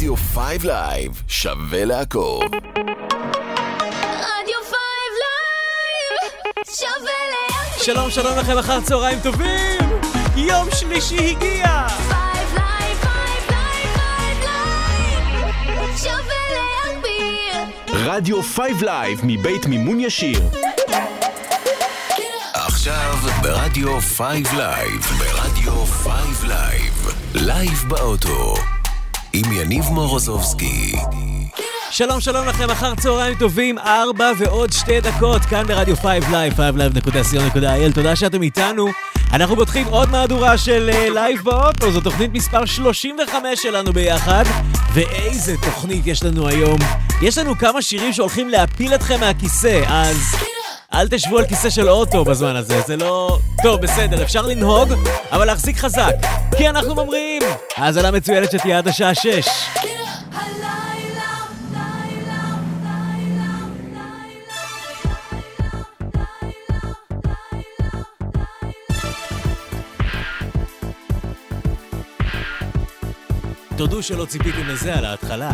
רדיו 5 לייב, שווה לעקוב. רדיו 5 לייב, שווה לעקוב. שלום, שלום לכם, אחר צהריים טובים. יום שלישי הגיע. 5 לייב, 5 לייב, 5 לייב, שווה להגביר. רדיו 5 לייב מבית מימון ישיר. עכשיו ברדיו 5 לייב, ברדיו 5 לייב, לייב באוטו, עם יניב מורוזובסקי. שלום, שלום לכם, אחר צהריים טובים, 4 ועוד 2 דקות, כאן ברדיו 5 לייב, 5live.co.il, תודה שאתם איתנו. אנחנו פותחים עוד מהדורה של לייב באוטו, זו תוכנית מספר 35 שלנו ביחד, ואיזה תוכנית יש לנו היום. יש לנו כמה שירים שהולכים להפיל אתכם מהכיסא, אז אל תשבו על כיסא של אוטו בזמן הזה, זה לא... טוב, בסדר, אפשר לנהוג, אבל להחזיק חזק, כי אנחנו ממריאים. האזנה מצוינת שתהיה עד השעה 6. תודו שלא ציפיתם לזה על ההתחלה.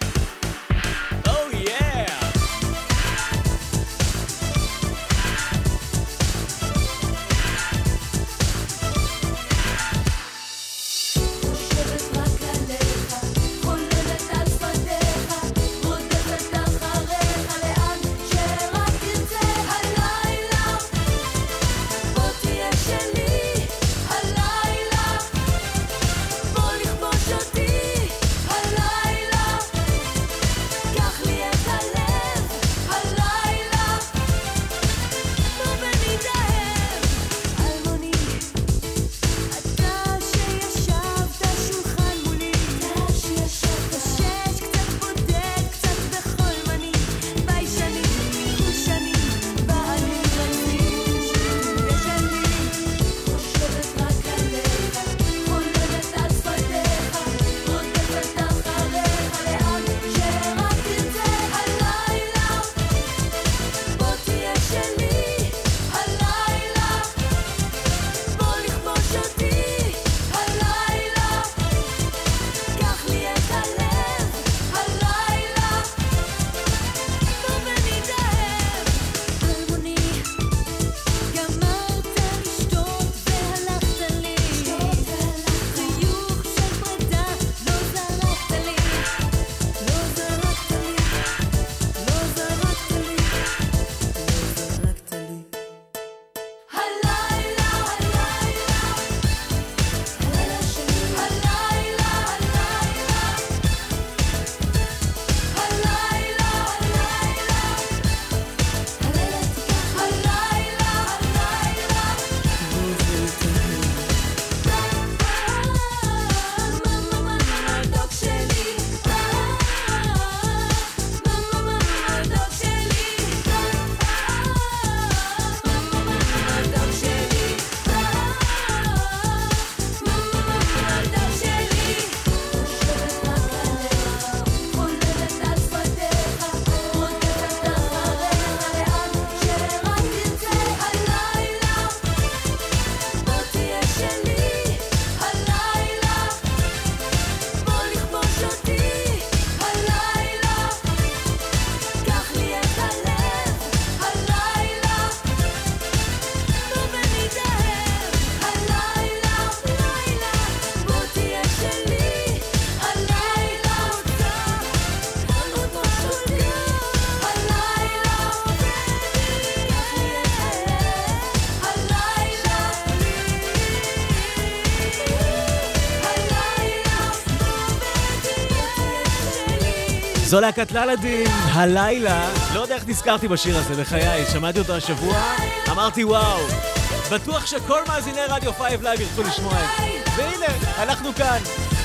זו להקת ללדין, הלילה. לא יודע איך נזכרתי בשיר הזה בחיי, שמעתי אותו השבוע, אמרתי וואו, בטוח שכל מאזיני רדיו 5 לייב ירצו לשמוע את זה. והנה, אנחנו כאן.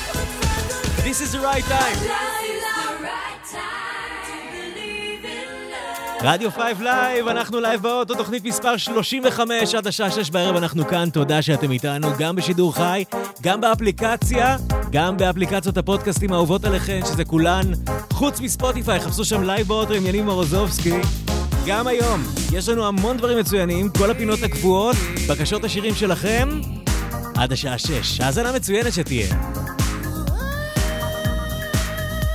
This is the right time. רדיו 5 לייב, אנחנו לייב באוטו, תוכנית מספר 35, עד השעה 6 בערב אנחנו כאן, תודה שאתם איתנו, גם בשידור חי, גם באפליקציה, גם באפליקציות הפודקאסטים האהובות עליכם, שזה כולן, חוץ מספוטיפיי, חפשו שם לייב באוטו עם יניב מורוזובסקי. גם היום, יש לנו המון דברים מצוינים, כל הפינות הקבועות, בקשות השירים שלכם, עד השעה 6, האזנה מצוינת שתהיה.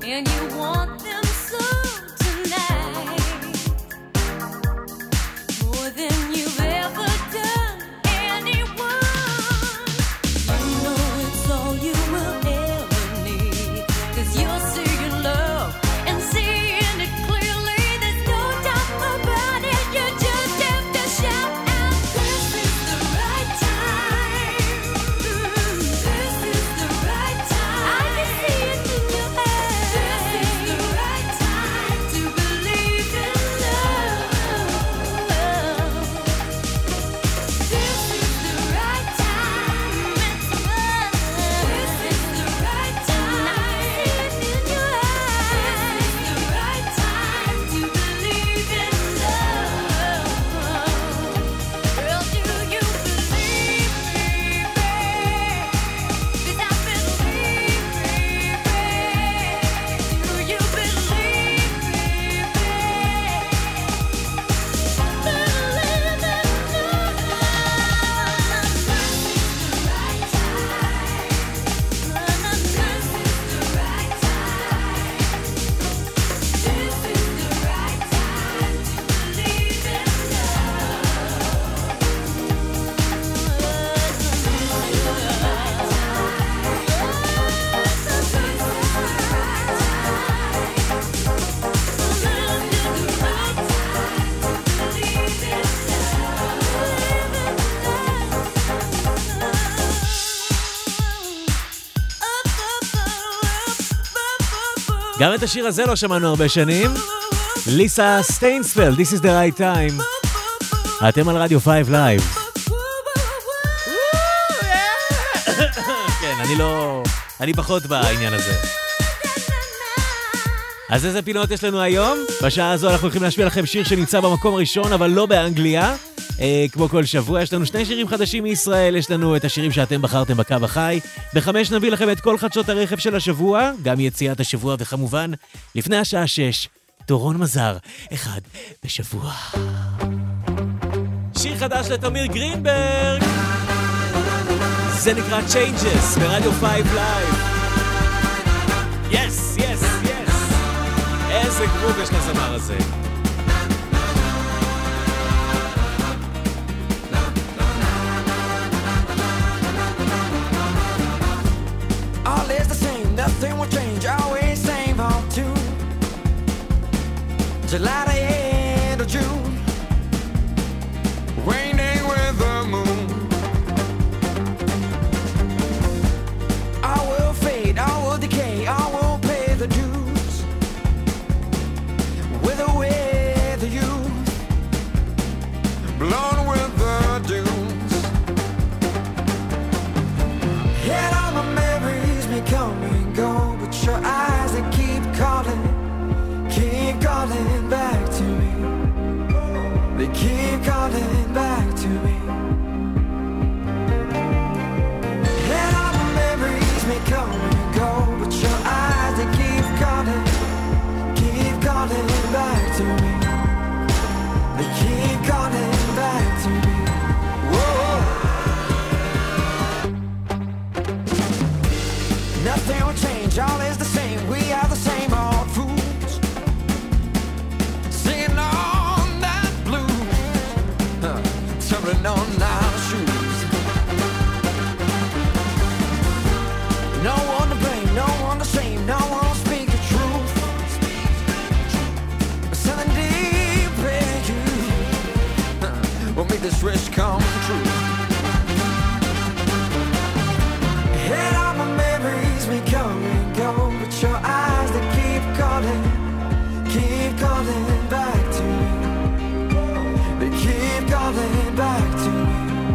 and you want them so tonight, more than you've ever done anyone. You know it's all you will ever need, 'cause you're seeing love and seeing it clearly. There's no doubt about it. You just have to shout out, this is the right time. This is the right time. I can see it in your eyes. This is the right time to believe in love. This is the right time. It's love. This is the right time. I see it in your eyes. This is the right time to believe in love. Girl, do you believe me, babe? 'Cause I believe me, babe. Do you believe me, babe? Believe in גם את השיר הזה לא שמענו הרבה שנים. ליסה סטיינספלד, This is the right time. אתם על רדיו 5 Live. כן, אני פחות בעניין הזה. אז איזה פינות יש לנו היום? בשעה הזו אנחנו הולכים להשמיע לכם שיר שנמצא במקום הראשון, אבל לא באנגליה. כמו כל שבוע, יש לנו 2 שירים חדשים מישראל, יש לנו את השירים שאתם בחרתם בקו החי. ב-5 נביא לכם את כל חדשות הרכב של השבוע, גם יציאת השבוע, וכמובן, לפני השעה 6, דורון מזר, אחד בשבוע. שיר חדש לתמיר גרינברג. זה נקרא Changes ברדיו 5 Live. Yes, yes, yes. איזה גרוב יש לזמר הזה. All is the same, nothing will change, always same on tune. July the end of June, waning with the moon. I will fade, I will decay, I will pay the dues. With or with the youth, blown with the dunes. Head on my memories may come and go, but your eyes they keep calling back to me. They keep calling back to me. And all the memories may come and go, but your eyes they keep calling back to me. They keep calling back to me. Whoa. Nothing will change, all is the same. We are the same old fools, singing on that blues, tumbling on our shoes. No one to blame, no one to shame, no one will speak the truth. Something deep in you will make this wish come true. And all my memories may come and go, but your eyes they keep calling back to me. They keep calling back to me.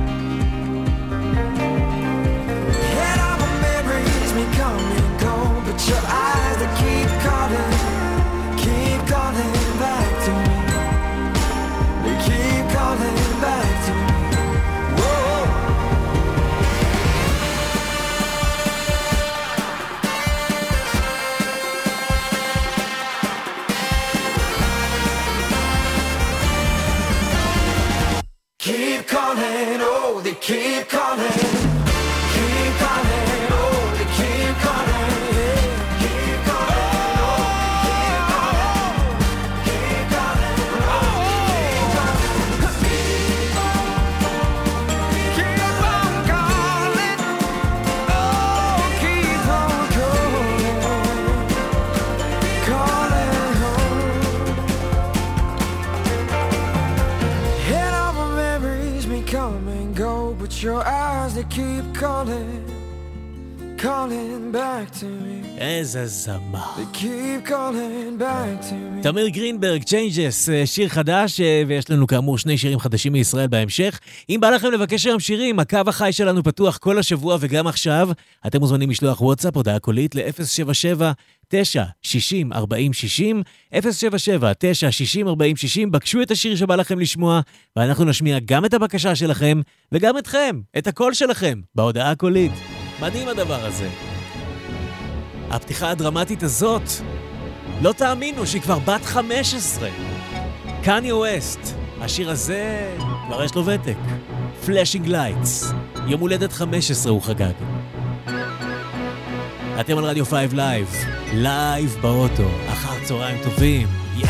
And all my memories may come and go, but your eyes they keep calling back to me. They keep calling back to me. Whoa. Keep calling, oh, they keep calling, oh, they keep calling, yeah. Keep calling, oh. your eyes, they keep calling, calling back to me. איזה זמר. They keep calling back to me. תמיר גרינברג, Changes, שיר חדש, ויש לנו כאמור 2 שירים חדשים מישראל בהמשך. אם בא לכם לבקש היום שירים, הקו החי שלנו פתוח כל השבוע וגם עכשיו. אתם מוזמנים לשלוח וואטסאפ, הודעה קולית ל-077-960-4060, 077-960-4060, בקשו את השיר שבא לכם לשמוע, ואנחנו נשמיע גם את הבקשה שלכם, וגם אתכם, את הקול שלכם, בהודעה הקולית. מדהים הדבר הזה. הפתיחה הדרמטית הזאת, לא תאמינו שהיא כבר בת 15. קניה ווסט, השיר הזה כבר יש לו ותק. Flashing Lights, יום הולדת 15 הוא חגג. אתם על רדיו 5 לייב, לייב באוטו, אחר צהריים טובים, יס.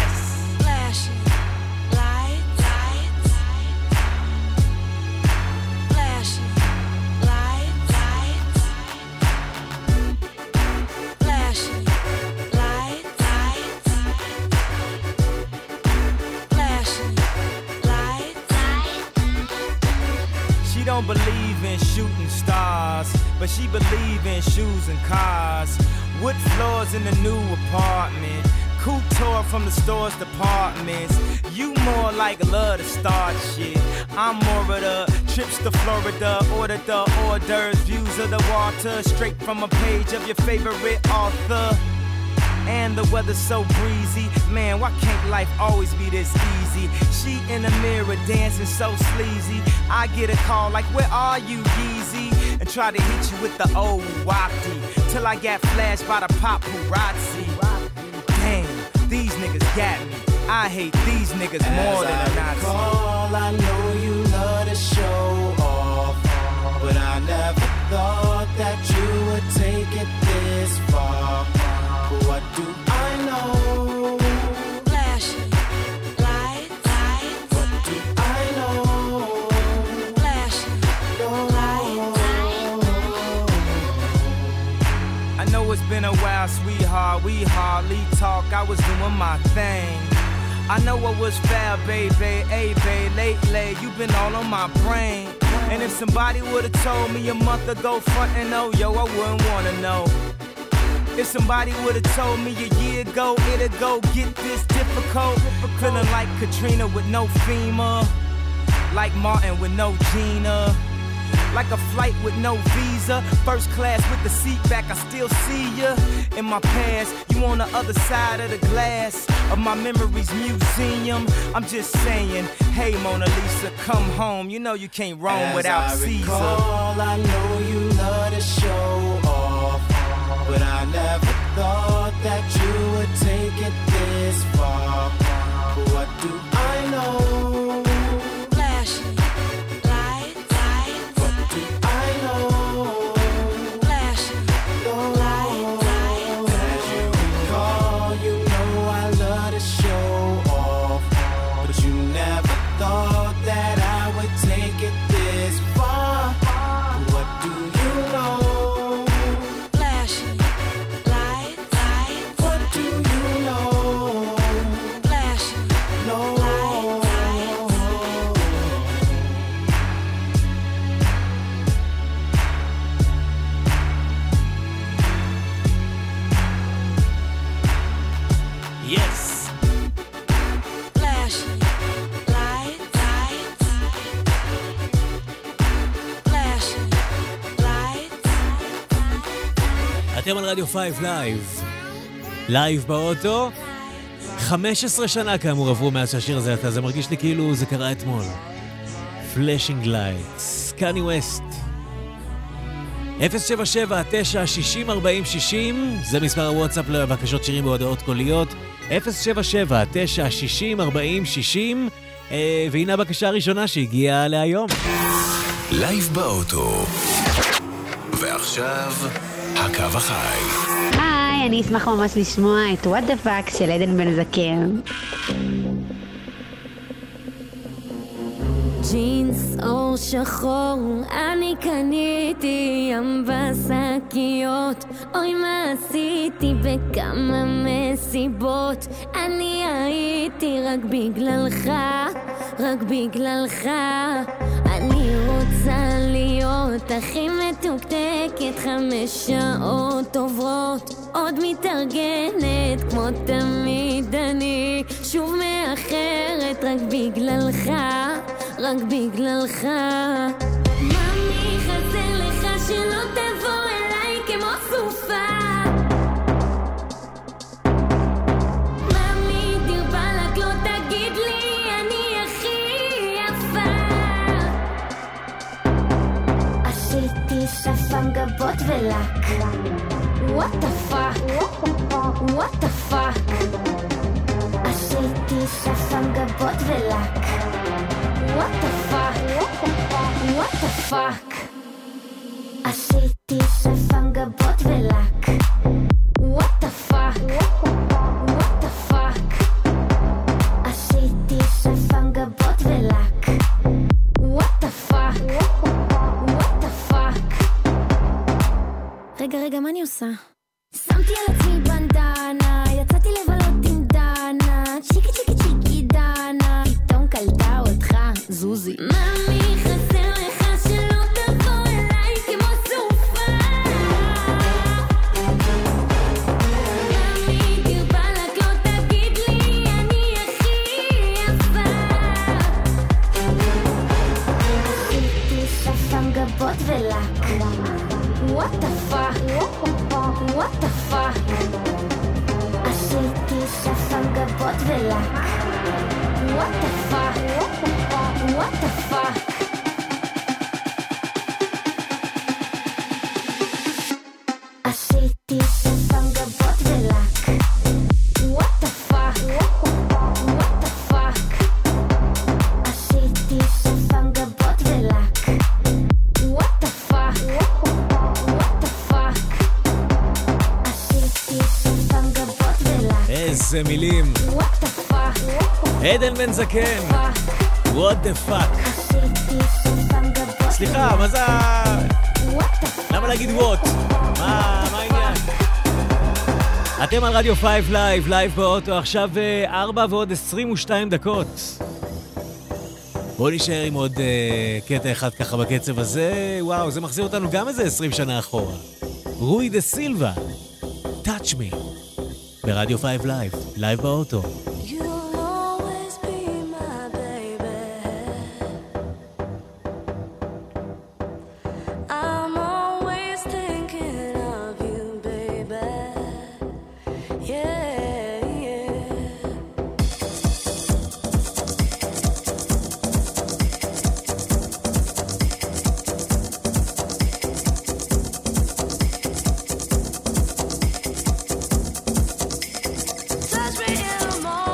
Don't believe in shooting stars, but she believe in shoes and cars. Wood floors in the new apartment, couture from the store's departments. You more like love to start shit, I'm more of the trips to Florida, order the hors d'oeuvres, views of the water, straight from a page of your favorite author. And the weather's so breezy, man, why can't life always be this easy? She in the mirror dancing so sleazy, I get a call like, where are you, Yeezy? And try to hit you with the old wapty, till I got flashed by the paparazzi. Damn, these niggas got me, I hate these niggas more than a Nazi. Call, I know you love to show off, but I never thought that you would take it this far. What do I know? Flashing lights, What do I know? flashing lights. I know it's been a while, sweetheart, we hardly talk, I was doing my thing. I know I was foul, baby, hey, babe, lately, you've been all on my brain. And if somebody would've told me a month ago, front and oh, yo, I wouldn't wanna know. If somebody would've told me a year ago, it'd go get this difficult. Feeling like Katrina with no FEMA, like Martin with no Gina, like a flight with no visa, first class with the seat back, I still see ya. In my past, you on the other side of the glass of my memories museum. I'm just saying, hey Mona Lisa, come home, you know you can't roam without As I Caesar. recall, I know you love to show off, but I never thought that you would take it this far. What do I know? Flashing lights, What do I know? flashing lights. As you recall, you know I love to show off, but you never thought that I would take it this far. What do you know? Flashing lights, What do you know? flashing No. Yes. flashing lights, flashing lights. אתם על רדיו 5 לייב, לייב באוטו. 15 שנה כאמור עברו מאז שהשיר הזה, זה מרגיש לי כאילו זה קרה אתמול. Flashing Lights, קניה ווסט. 077-960-4060, זה מספר הוואטסאפ לבקשות שירים בהודעות קוליות. 077-960-4060, והנה הבקשה הראשונה שהגיעה להיום. לייב באוטו. ועכשיו, הקו החי. היי, אני אשמח ממש לשמוע את What the Fuck של עדן בן זקן. ג'ינס אור שחור, אני קניתי ים בשקיות. אוי מה עשיתי בכמה מסיבות, אני הייתי רק בגללך, רק בגללך. אני רוצה להיות הכי מתוקתקת, 5 שעות עוברות, עוד מתארגנת כמו תמיד, אני שוב מאחרת רק בגללך, רק בגללך. ממי חסר לך שלא תבוא אליי כמו סופה, ממי דיר בלק לא תגיד לי אני הכי יפה. עשיתי שפם גבות ולק, what the fuck, what the fuck. עשיתי שפם גבות ולק, what the fuck, what the fuck. עשיתי שפם גבות ולק, what the fuck, what the fuck. עשיתי שפם גבות ולק, what the fuck, what the fuck. רגע, מה אני עושה? שמתי על עצמי בנדנה, יצאתי לבלות עם דנה, צ'יקי צ'יקי צ'יקי דנה, פתאום קלטה אותך זוזי. ממי חסר לך שלא תבוא אליי כמו סופה, ממי דיר בלק לא תגיד לי אני הכי יפה. עשיתי שפם גבות ולק, what the fuck, what the fuck. עשיתי שפם גבות ולק, what the fuck, what the fuck. עשיתי שפם גבות ולק, what the fuck, what the fuck. עשיתי שפם גבות ולק, what the fuck, what the fuck. עשיתי שפם גבות ולק, איזה מילים. what the fuck, עדן בן זקן, what the fuck. עשיתי שפם גבות. סליחה, מה זה? what the fuck. למה להגיד what? מה העניין? אתם על רדיו 5 לייב, לייב באוטו, עכשיו 4 ועוד 22 דקות. בואו נשאר עם עוד קטע אחד ככה בקצב הזה. וואו, זה מחזיר אותנו גם איזה 20 שנה אחורה. רוי דה סילבה, Touch Me, ברדיו 5 לייב, לייב באוטו. You'll always be my baby. I'm always thinking of you, baby. Yeah, yeah. Touch me in the morning.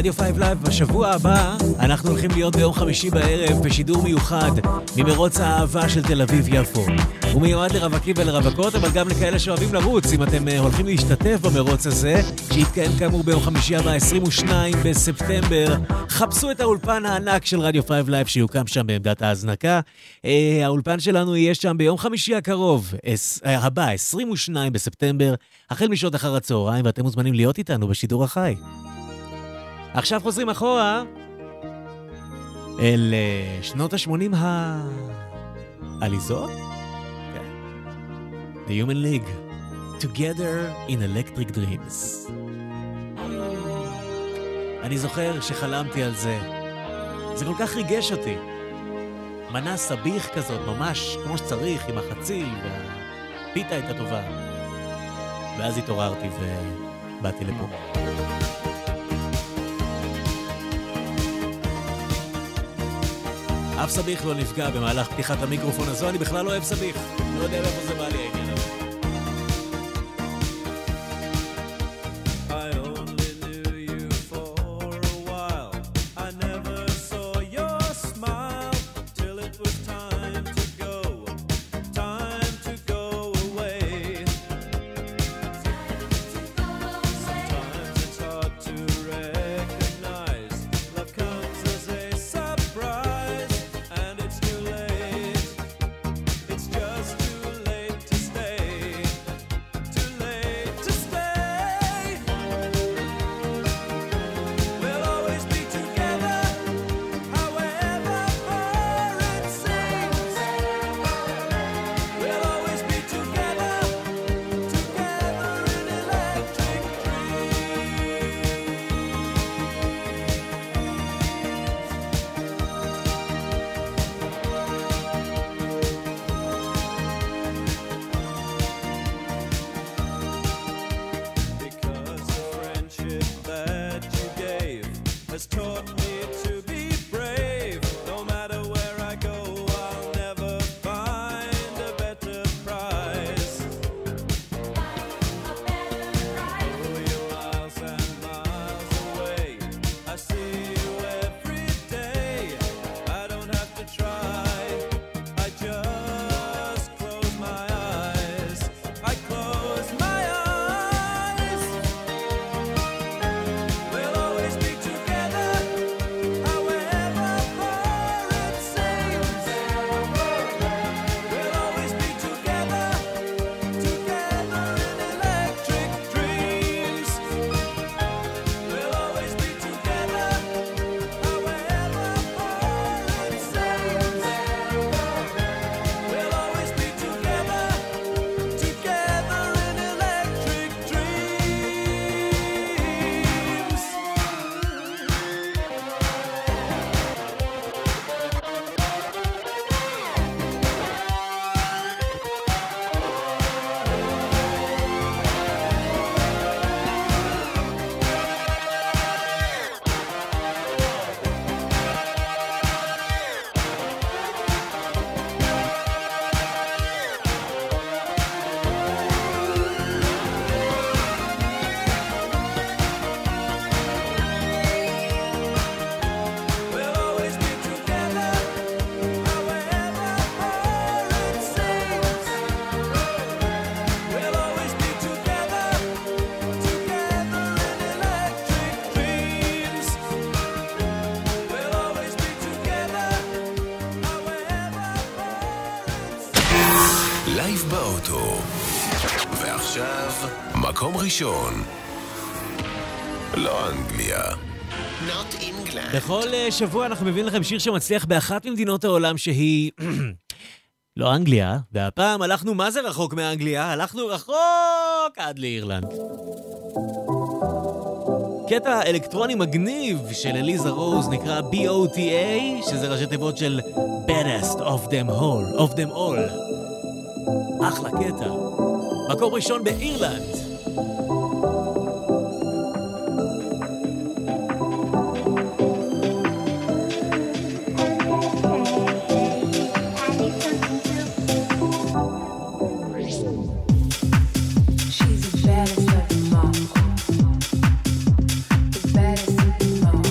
רדיו 5 לייב בשבוע הבא אנחנו הולכים להיות ביום חמישי בערב בשידור מיוחד ממרוץ האהבה של תל אביב יפו. הוא מיועד לרווקים ולרווקות, אבל גם לכאלה שאוהבים לרוץ. אם אתם הולכים להשתתף במרוץ הזה, שיתקיים כאמור ביום חמישי הבא 22 בספטמבר, חפשו את האולפן הענק של רדיו 5 לייב שיוקם שם בעמדת ההזנקה. האולפן שלנו יהיה שם ביום חמישי הקרוב הבא 22 בספטמבר החל משעות אחר הצהריים, ואתם מוזמנים להיות איתנו בשידור החי. עכשיו חוזרים אחורה אל שנות ה-80 העליזות? כן. The Human League, Together in Electric Dreams. אני זוכר שחלמתי על זה. זה כל כך ריגש אותי. מנה סביך כזאת, ממש כמו שצריך, עם החציל, והפיתה הייתה טובה. ואז התעוררתי ובאתי לפה. אף סביך לא נפגע במהלך פתיחת המיקרופון הזו, אני בכלל לא אוהב סביך. לא יודע איפה זה בא לי העניין הזה. לייב באוטו. ועכשיו, מקום ראשון. לא אנגליה. Not England. בכל שבוע אנחנו מביאים לכם שיר שמצליח באחת ממדינות העולם שהיא לא אנגליה, והפעם הלכנו מה זה רחוק מאנגליה? הלכנו רחוק עד לאירלנד. קטע אלקטרוני מגניב של אליזה רוז נקרא BOTA, שזה ראשי תיבות של Baddest of them all. אחלה קטע. מקום ראשון באירלנד. She's the baddest of them all. The baddest of them all.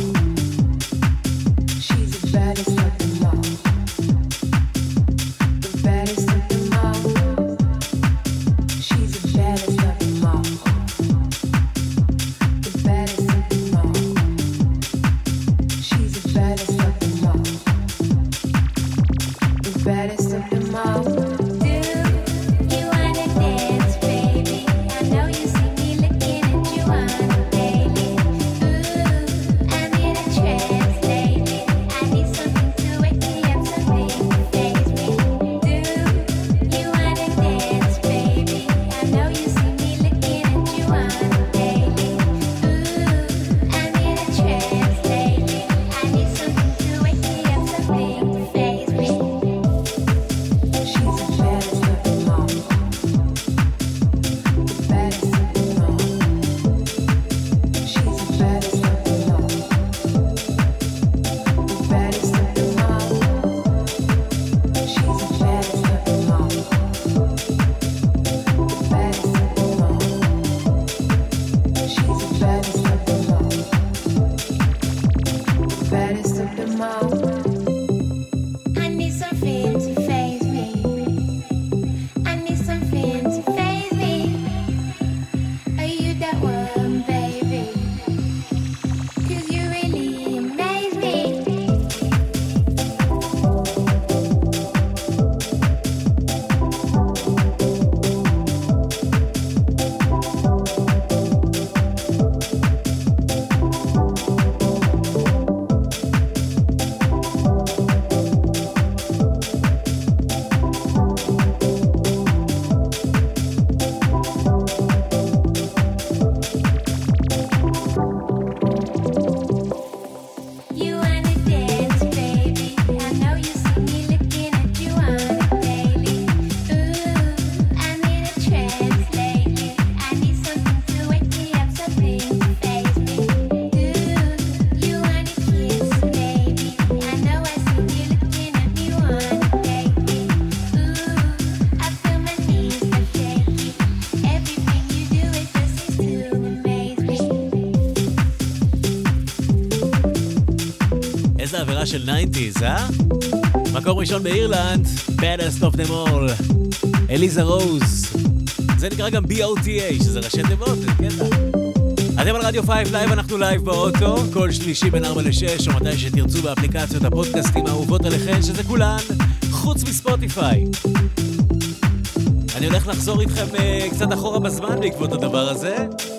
השראה של 90s, מקום ראשון באירלנד, Baddest of them all, אליזה רוז. זה נקרא גם BOTA, שזה ראשי תיבות, זה קטע. אתם על רדיו 5 לייב, אנחנו לייב באוטו, כל שלישי בין 4 ל-6, או מתי שתרצו באפליקציות הפודקאסטים האהובות עליכם, שזה כולן, חוץ מספוטיפיי. אני הולך לחזור איתכם קצת אחורה בזמן בעקבות הדבר הזה.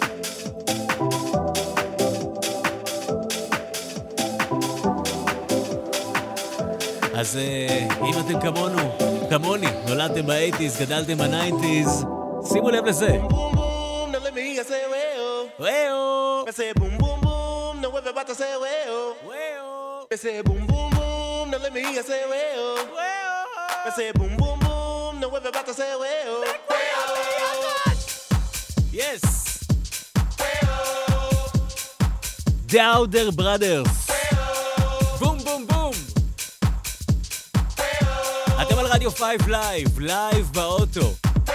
אז אם אתם כמוני, נולדתם ב-80s, גדלתם ב-90s, שימו לב לזה. I say boom boom boom, now everybody say well. I say boom boom boom, now let me hear say well. I say boom boom boom, now everybody say well. Yes. Dowder Brothers. בום בום בום. אתם על רדיו 5 לייב, לייב באוטו.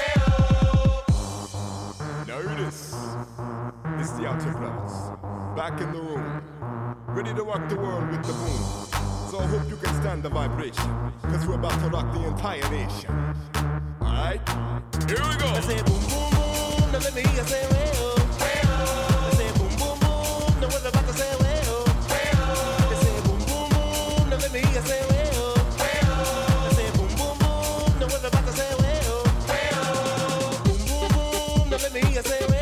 It's the Outer Brothers, back in the room, ready to rock the world with the boom. So I hope you can stand the vibration, cause we're about to rock the entire nation. Alright, here we go. I say boom boom boom, now let me hear say well. I say boom boom boom, now everybody say well. I say boom boom boom, now let me hear say well. I say boom boom boom, now everybody say well. Boom boom boom, now let me hear say well.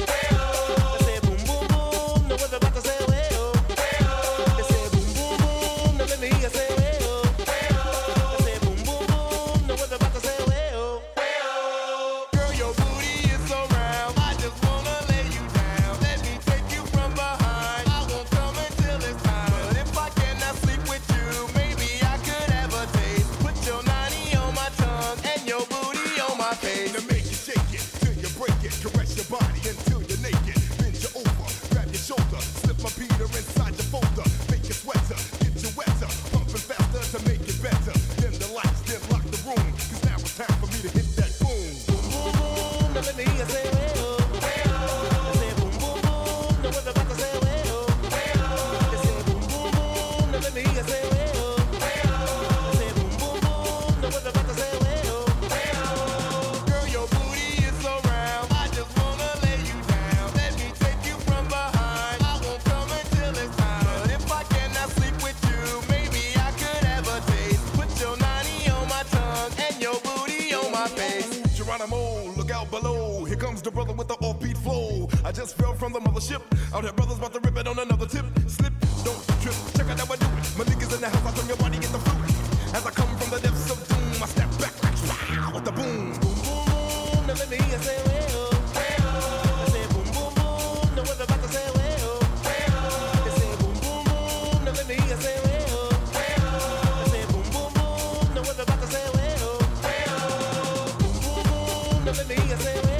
Out here, brothers about to rip it on another tip. Slip, don't trip. Check out how I do it. My niggas in the house, I turn your body, get the fluid. As I come from the depths of doom, I step back like wow with the boom. Boom, boom, boom. Now let me hear say well. I say boom, boom, boom. Now everybody say well. I say boom, boom, boom. Now let me hear say well. I say boom, boom, boom. Now everybody say well. Boom, boom, boom. Now let me hear say well.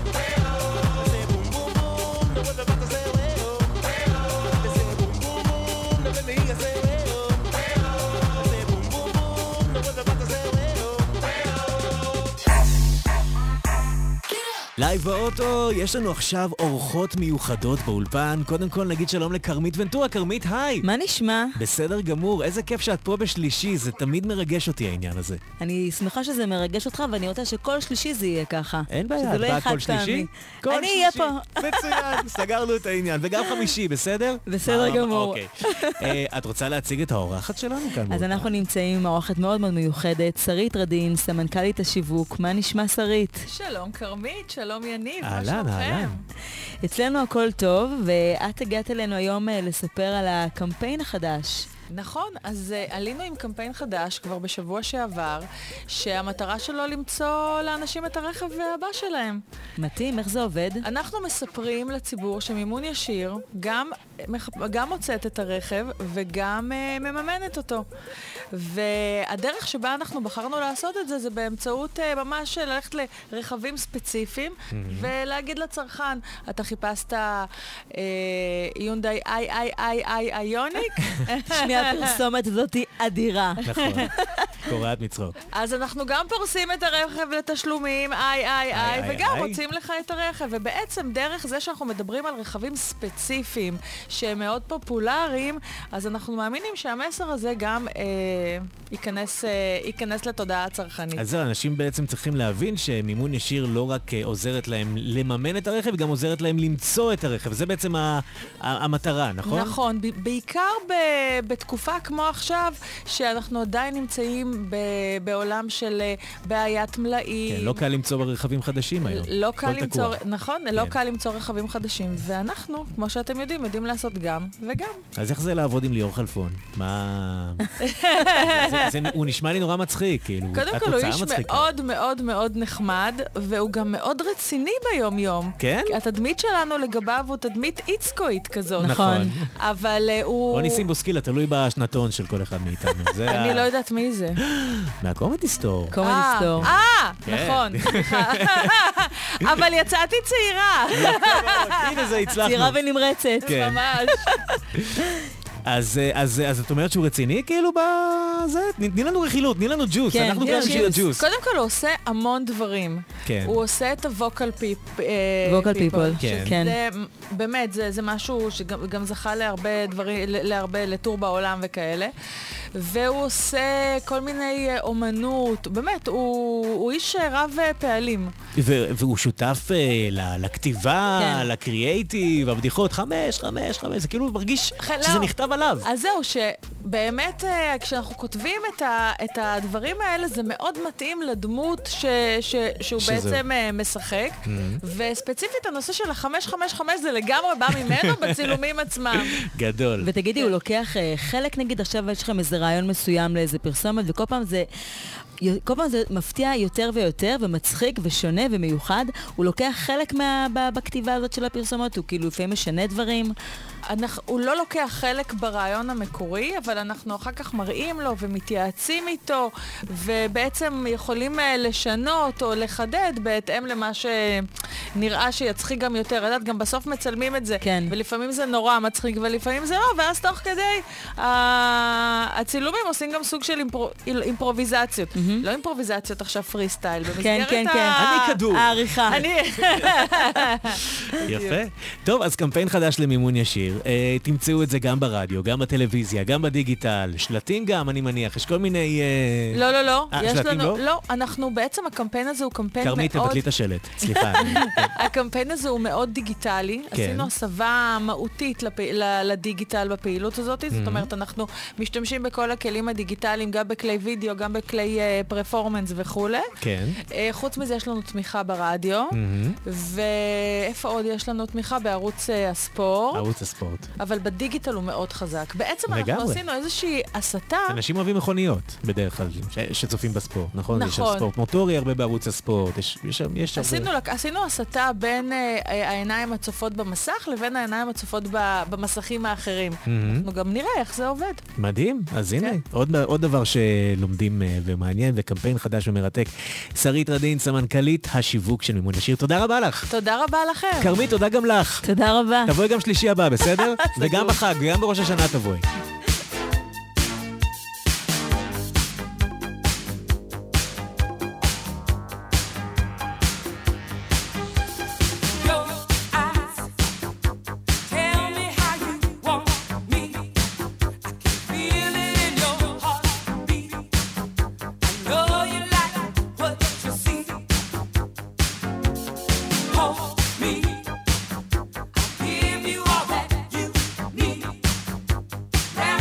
לייב באוטו, יש לנו עכשיו אורחות מיוחדות באולפן. קודם כל נגיד שלום לקרמית ונטורה. קרמית, היי. מה נשמע? בסדר גמור, איזה כיף שאת פה בשלישי, זה תמיד מרגש אותי העניין הזה. אני שמחה שזה מרגש אותך ואני רוצה שכל שלישי זה יהיה ככה. אין בעיה, את באה כל שלישי? אני אהיה פה. מצוין, סגרנו את העניין. וגם חמישי, בסדר? בסדר גמור. אוקיי. את רוצה להציג את האורחת שלנו כאן? אז אנחנו נמצאים עם אורחת מאוד מאוד מיוחדת, שרית רדין, סמנכ"לית השיווק. מה נשמע שרית? שלום קרמית, שלום יניב, מה אהלן, שלומכם? אצלנו הכל טוב, ואת הגעת אלינו היום לספר על הקמפיין החדש. נכון, אז עלינו עם קמפיין חדש כבר בשבוע שעבר, שהמטרה שלו למצוא לאנשים את הרכב הבא שלהם. מתאים, איך זה עובד? אנחנו מספרים לציבור שמימון ישיר גם מוצאת את הרכב וגם מממנת אותו. והדרך שבה אנחנו בחרנו לעשות את זה, זה באמצעות ממש ללכת לרכבים ספציפיים ולהגיד לצרכן, אתה חיפשת יונדאי איוניק? שנייה, הפרסומת הזאת היא אדירה. נכון, קוראת מצחוק. אז אנחנו גם פורסים את הרכב לתשלומים, וגם מוצאים לך את הרכב. ובעצם דרך זה שאנחנו מדברים על רכבים ספציפיים, שהם מאוד פופולריים, אז אנחנו מאמינים שהמסר הזה גם ייכנס לתודעה הצרכנית. אז זהו, אנשים בעצם צריכים להבין שמימון ישיר לא רק עוזרת להם לממן את הרכב, גם עוזרת להם למצוא את הרכב. זה בעצם המטרה, נכון? נכון, בעיקר בתקופה כמו עכשיו, שאנחנו עדיין נמצאים בעולם של בעיית מלאים. כן, לא קל למצוא רכבים חדשים היום. לא קל למצוא, תקוע. נכון, לא קל למצוא רכבים חדשים, ואנחנו, כמו שאתם יודעים לעשות גם וגם. אז איך זה לעבוד עם ליאור חלפון? מה... הוא נשמע לי נורא מצחיק, כאילו, קודם כל, הוא איש מאוד מאוד מאוד נחמד, והוא גם מאוד רציני ביום-יום. כן? התדמית שלנו לגביו הוא תדמית איצקואית כזאת. נכון. אבל הוא... או ניסים בוסקילה, תלוי בשנתון של כל אחד מאיתנו. אני לא יודעת מי זה. מהקומדי סטור. קומדי סטור. נכון. אבל יצאתי צעירה. הנה זה הצלחנו. צעירה ונמרצת. ממש. אז את אומרת שהוא רציני כאילו בזה? תני לנו רכילות, תני לנו ג'וס, אנחנו כאן בשביל הג'וס. קודם כל הוא עושה המון דברים. כן. הוא עושה את הווקל פיפול. כן. באמת, זה משהו שגם זכה לטור בעולם וכאלה. והוא עושה כל מיני אומנות, באמת, הוא איש רב פעלים. והוא שותף לכתיבה, לקריאייטיב, הבדיחות, 5, זה כאילו מרגיש שזה נכתב עליו. אז זהו, שבאמת כשאנחנו כותבים את הדברים האלה, זה מאוד מתאים לדמות שהוא בעצם משחק, וספציפית הנושא של ה-555 זה לגמרי בא ממנו בצילומים עצמם. גדול. ותגידי, הוא לוקח חלק, נגיד עכשיו יש לכם איזה רעיון מסוים לאיזה פרסומת, וכל פעם זה מפתיע יותר ויותר, ומצחיק ושונה ומיוחד. הוא לוקח חלק בכתיבה הזאת של הפרסומות, הוא כאילו לפעמים משנה דברים. הוא לא לוקח חלק ברעיון המקורי, אבל אנחנו אחר כך מראים לו ומתייעצים איתו, ובעצם יכולים לשנות או לחדד בהתאם למה שנראה שיצחיק גם יותר. יודעת, גם בסוף מצלמים את זה, כן. ולפעמים זה נורא מצחיק, ולפעמים זה לא, ואז תוך כדי הצילומים עושים גם סוג של אימפרוביזציות. לא אימפרוביזציות עכשיו פרי סטייל, במסגרת כן. אני כדור. העריכה. יפה. טוב, אז קמפיין חדש למימון ישיר. תמצאו את זה גם ברדיו, גם בטלוויזיה, גם בדיגיטל, שלטים גם, אני מניח. יש כל מיני... לא. שלטים לא? לא, אנחנו בעצם, הקמפיין הזה הוא קמפיין מאוד... קרמית, תבטלי את השלט. סליחה. הקמפיין הזה הוא מאוד דיגיטלי. עשינו הסבה מהותית לדיגיטל בפעילות הזאת. זאת אומרת, אנחנו משתמשים בכל הכלים הדיגיטליים, גם בכלי וידאו, גם בכלי פרפורמנס וכו'. כן. חוץ מזה יש לנו תמיכה ברדיו. ואיפה עוד יש לנו תמיכה? בערוץ הספורט. ערוץ הספורט. אבל בדיגיטל הוא מאוד חזק. בעצם אנחנו עשינו איזושהי הסתה. אנשים אוהבים מכוניות, בדרך כלל, שצופים בספורט, נכון? יש ספורט מוטורי הרבה בערוץ הספורט. עשינו הסתה בין העיניים הצופות במסך לבין העיניים הצופות במסכים האחרים. אנחנו גם נראה איך זה עובד. מדהים. אז הנה, עוד דבר שלומדים ומעניין, וקמפיין חדש ומרתק. שרית רדין, סמנכ"לית השיווק של מימון ישיר. תודה רבה לך. תודה רבה לכם. כרמית, תודה גם לך. תודה רבה. תבואי גם שלישי הבא, בסדר? וגם בחג, וגם בראש השנה תבואי. Now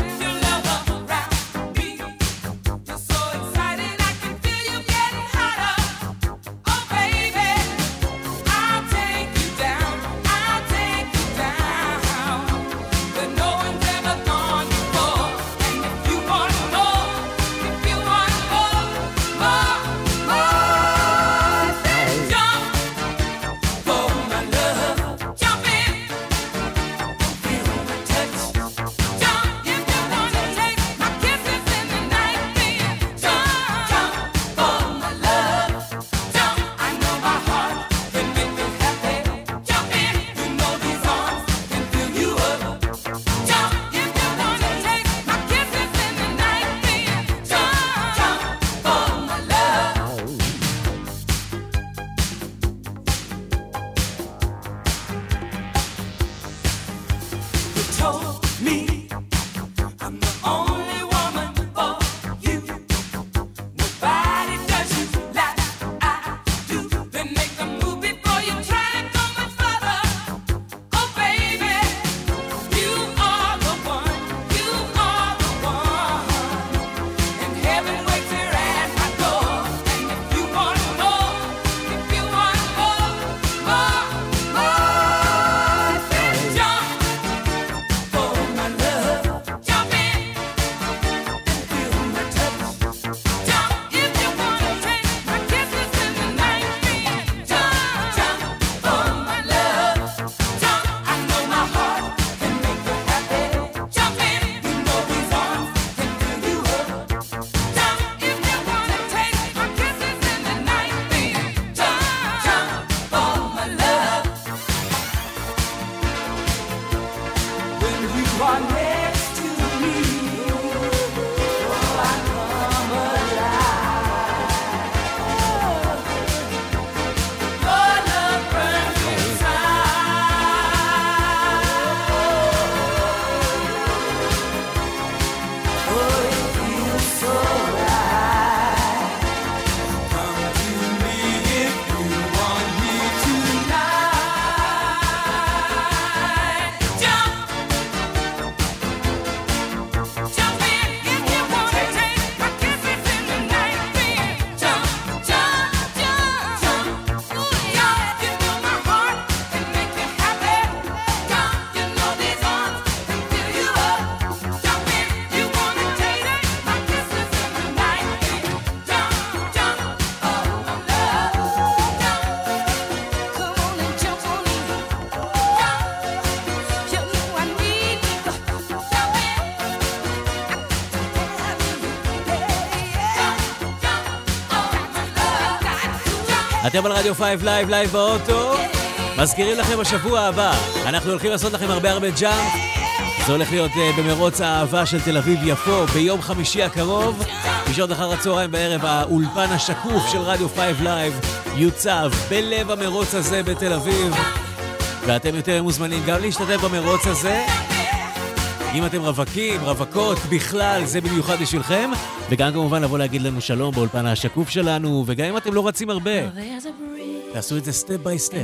אתם על רדיו 5 לייב, לייב באוטו. מזכירים לכם בשבוע הבא, אנחנו הולכים לעשות לכם הרבה ג'אמפ. זה הולך להיות במרוץ האהבה של תל אביב יפו ביום חמישי הקרוב. בשעות אחר הצהריים בערב האולפן השקוף של רדיו 5 לייב יוצב בלב המרוץ הזה בתל אביב. ואתם יותר מוזמנים גם להשתתף במרוץ הזה. אם אתם רווקים, רווקות, בכלל, זה במיוחד בשבילכם. וגם כמובן לבוא להגיד לנו שלום באולפן השקוף שלנו. וגם אם אתם לא רצים הרבה, תעשו את זה סטפ ביי סטפ.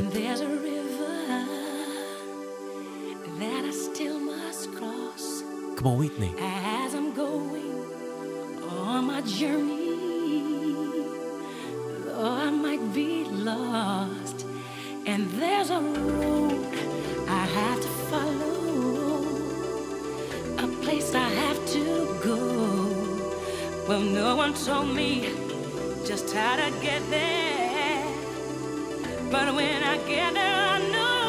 כמו וויטני. As I'm going on my journey, though I might be lost, and there's a road I have to follow, a place I have to go. Well, no one told me just how to get there, but when I get there I know,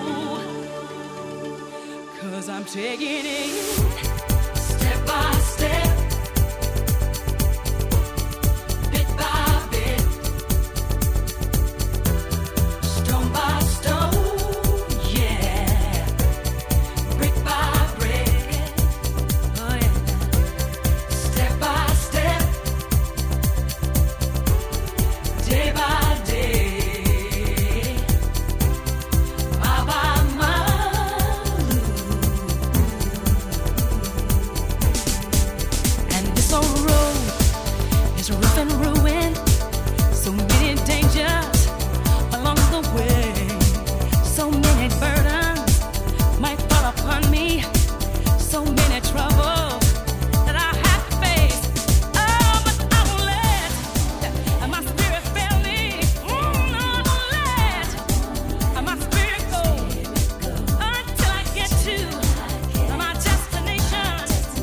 'cause I'm taking it step by step, bit by bit, stone by stone, yeah, brick by brick, oh yeah, step by step, day by day, mile by mile. And this old road is rough and ruined, so many dangers along the way, so many burdens might fall upon me, so many troubles that I have to face. Oh, but I won't let my spirit fail me. I won't let my spirit go until I get to my destination.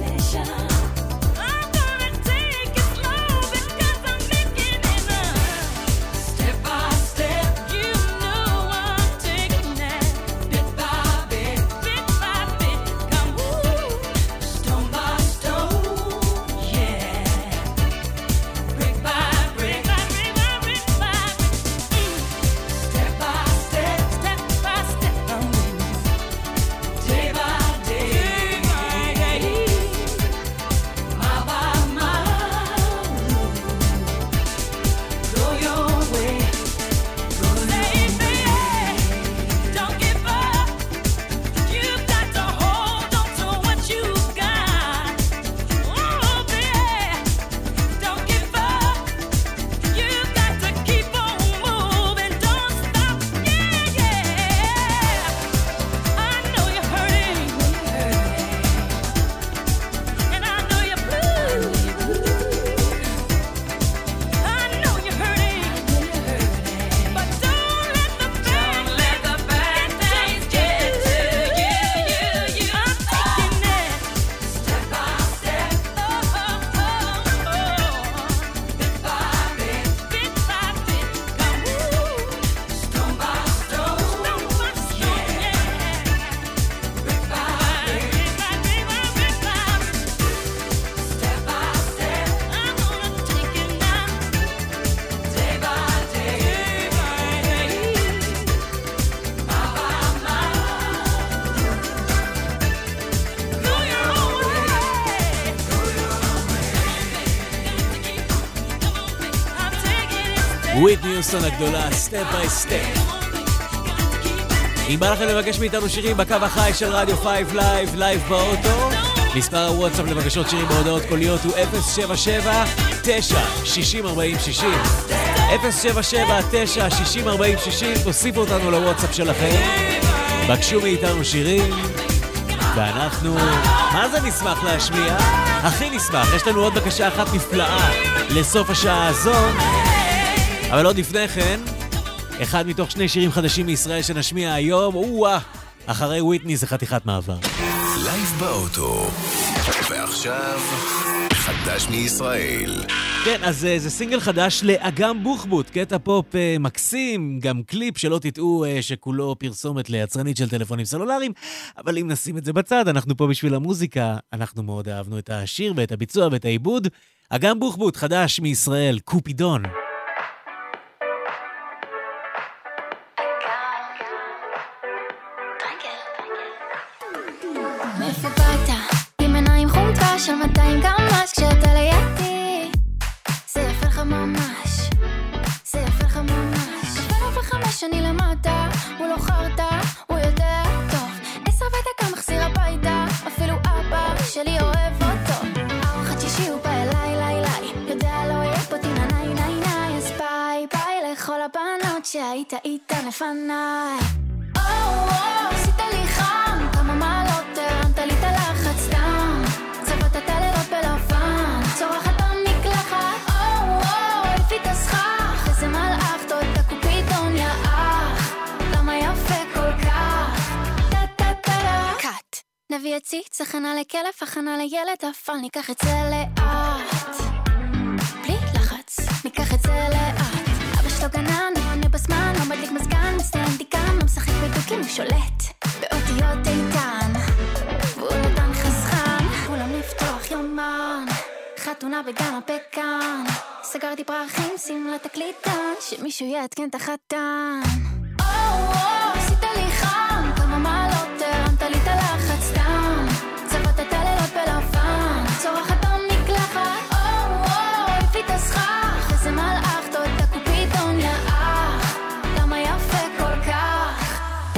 I'm gonna take it slow because I'm making it up. Step by step, you know I'm taking that. Bit by bit, bit by bit, come stone by stone, yeah. Brick by brick, brick by brick by step by step, step by step, I'm day by day, mile by mile. Go your way, go baby, don't give up. You've got to hold on to what you've got. Oh baby, don't give up. You've got to keep on moving, don't stop. Yeah, yeah. I know you're hurting, and I know you're blue. I know you're hurting, but don't let the bad things get to you. I'm taking it step by step, bit by bit, bit by bit, come stone by stone, yeah, brick by brick, brick by brick by step by step. I'm gonna take it now, day by day, mile by mile. Go your own way, go your own way. I'm taking it step. וויטני יוסטון הגדולה, סטפ ביי סטפ. אם בא לכם לבקש מאיתנו שירים בקו החי של רדיו 5 לייב, לייב באוטו, מספר הוואטסאפ לבקשות שירים בהודעות קוליות הוא 077-960-4060. 077-960-4060. תוסיפו אותנו לוואטסאפ שלכם, בקשו מאיתנו שירים, ואנחנו, מה זה נשמח להשמיע? הכי נשמח, יש לנו עוד בקשה אחת נפלאה לסוף השעה הזאת. אבל עוד לפני כן, אחד מתוך שני שירים חדשים מישראל שנשמיע היום, אחרי וויטני זה חתיכת מעבר. לייב באוטו. ועכשיו, חדש מישראל. כן, אז זה סינגל חדש לאגם בוחבוט, קטע פופ מקסים, גם קליפ שלא תטעו שכולו פרסומת ליצרנית של טלפונים סלולריים, אבל אם נשים את זה בצד, אנחנו פה בשביל המוזיקה, אנחנו מאוד אהבנו את השיר ואת הביצוע ואת העיבוד. אגם בוחבוט, חדש מישראל, קופידון. ממש, זה יפה לך ממש. כפנו וחמש אני למטה, הוא לא חרטה, הוא יודע טוב. 10 ודקה מחזיר הביתה, אפילו אבא שלי אוהב אותו. ארוחת שישי הוא בא אליי, ליי ליי, יודע לא יהיה פה תינה ניי ניי ניי. אז ביי ביי לכל הבנות שהיית איתן לפניי. עשית לי חם, כמה מעלות הרמת לי את הלחץ סתם. צבעת את הלילות בלבן, צורחת במקלחת. אלפי תסכח, איזה מלאך, תודה קופידון יא אח. למה יפה כל כך? קאט, נביא הציץ, הכנה לכלב, הכנה לילד, אבל ניקח את זה לאט. בלי לחץ, ניקח את זה לאט. אבא שלו גנן, הוא עונה בזמן, לא מדליק מזגן, מסתיים דיקן, לא משחק בדוקים, הוא שולט באותיות איתן, והוא נתן חסכן, כולם לפתוח יומן, חתונה בגן הפקן, סגרתי פרחים, שים לתקליטן, שמישהו יעדכן את החתן. עשית לי חם, כמה מעלות הרמת לי את הלחץ סתם. צבעת את הלילות בלבן, צורחת במקלחת. אלפי תסכח, איזה מלאך, תודה קופידון יא אח. למה יפה כל כך?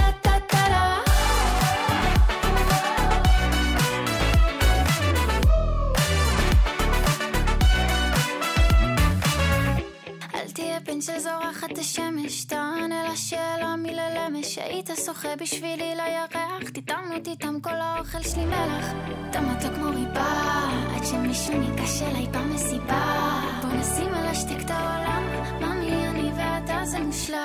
אל תהיה בן שזורחת השמש, תענה לשאלה מי ללמש. היית שוחה בשבילי לירח, תטעם אותי תם כל האוכל שלי מלח. אתה מתוק כמו ריבה, עד שמישהו ניגש אליי במסיבה. בוא נשים על השתק את העולם, ממי אני ואתה זה מושלם.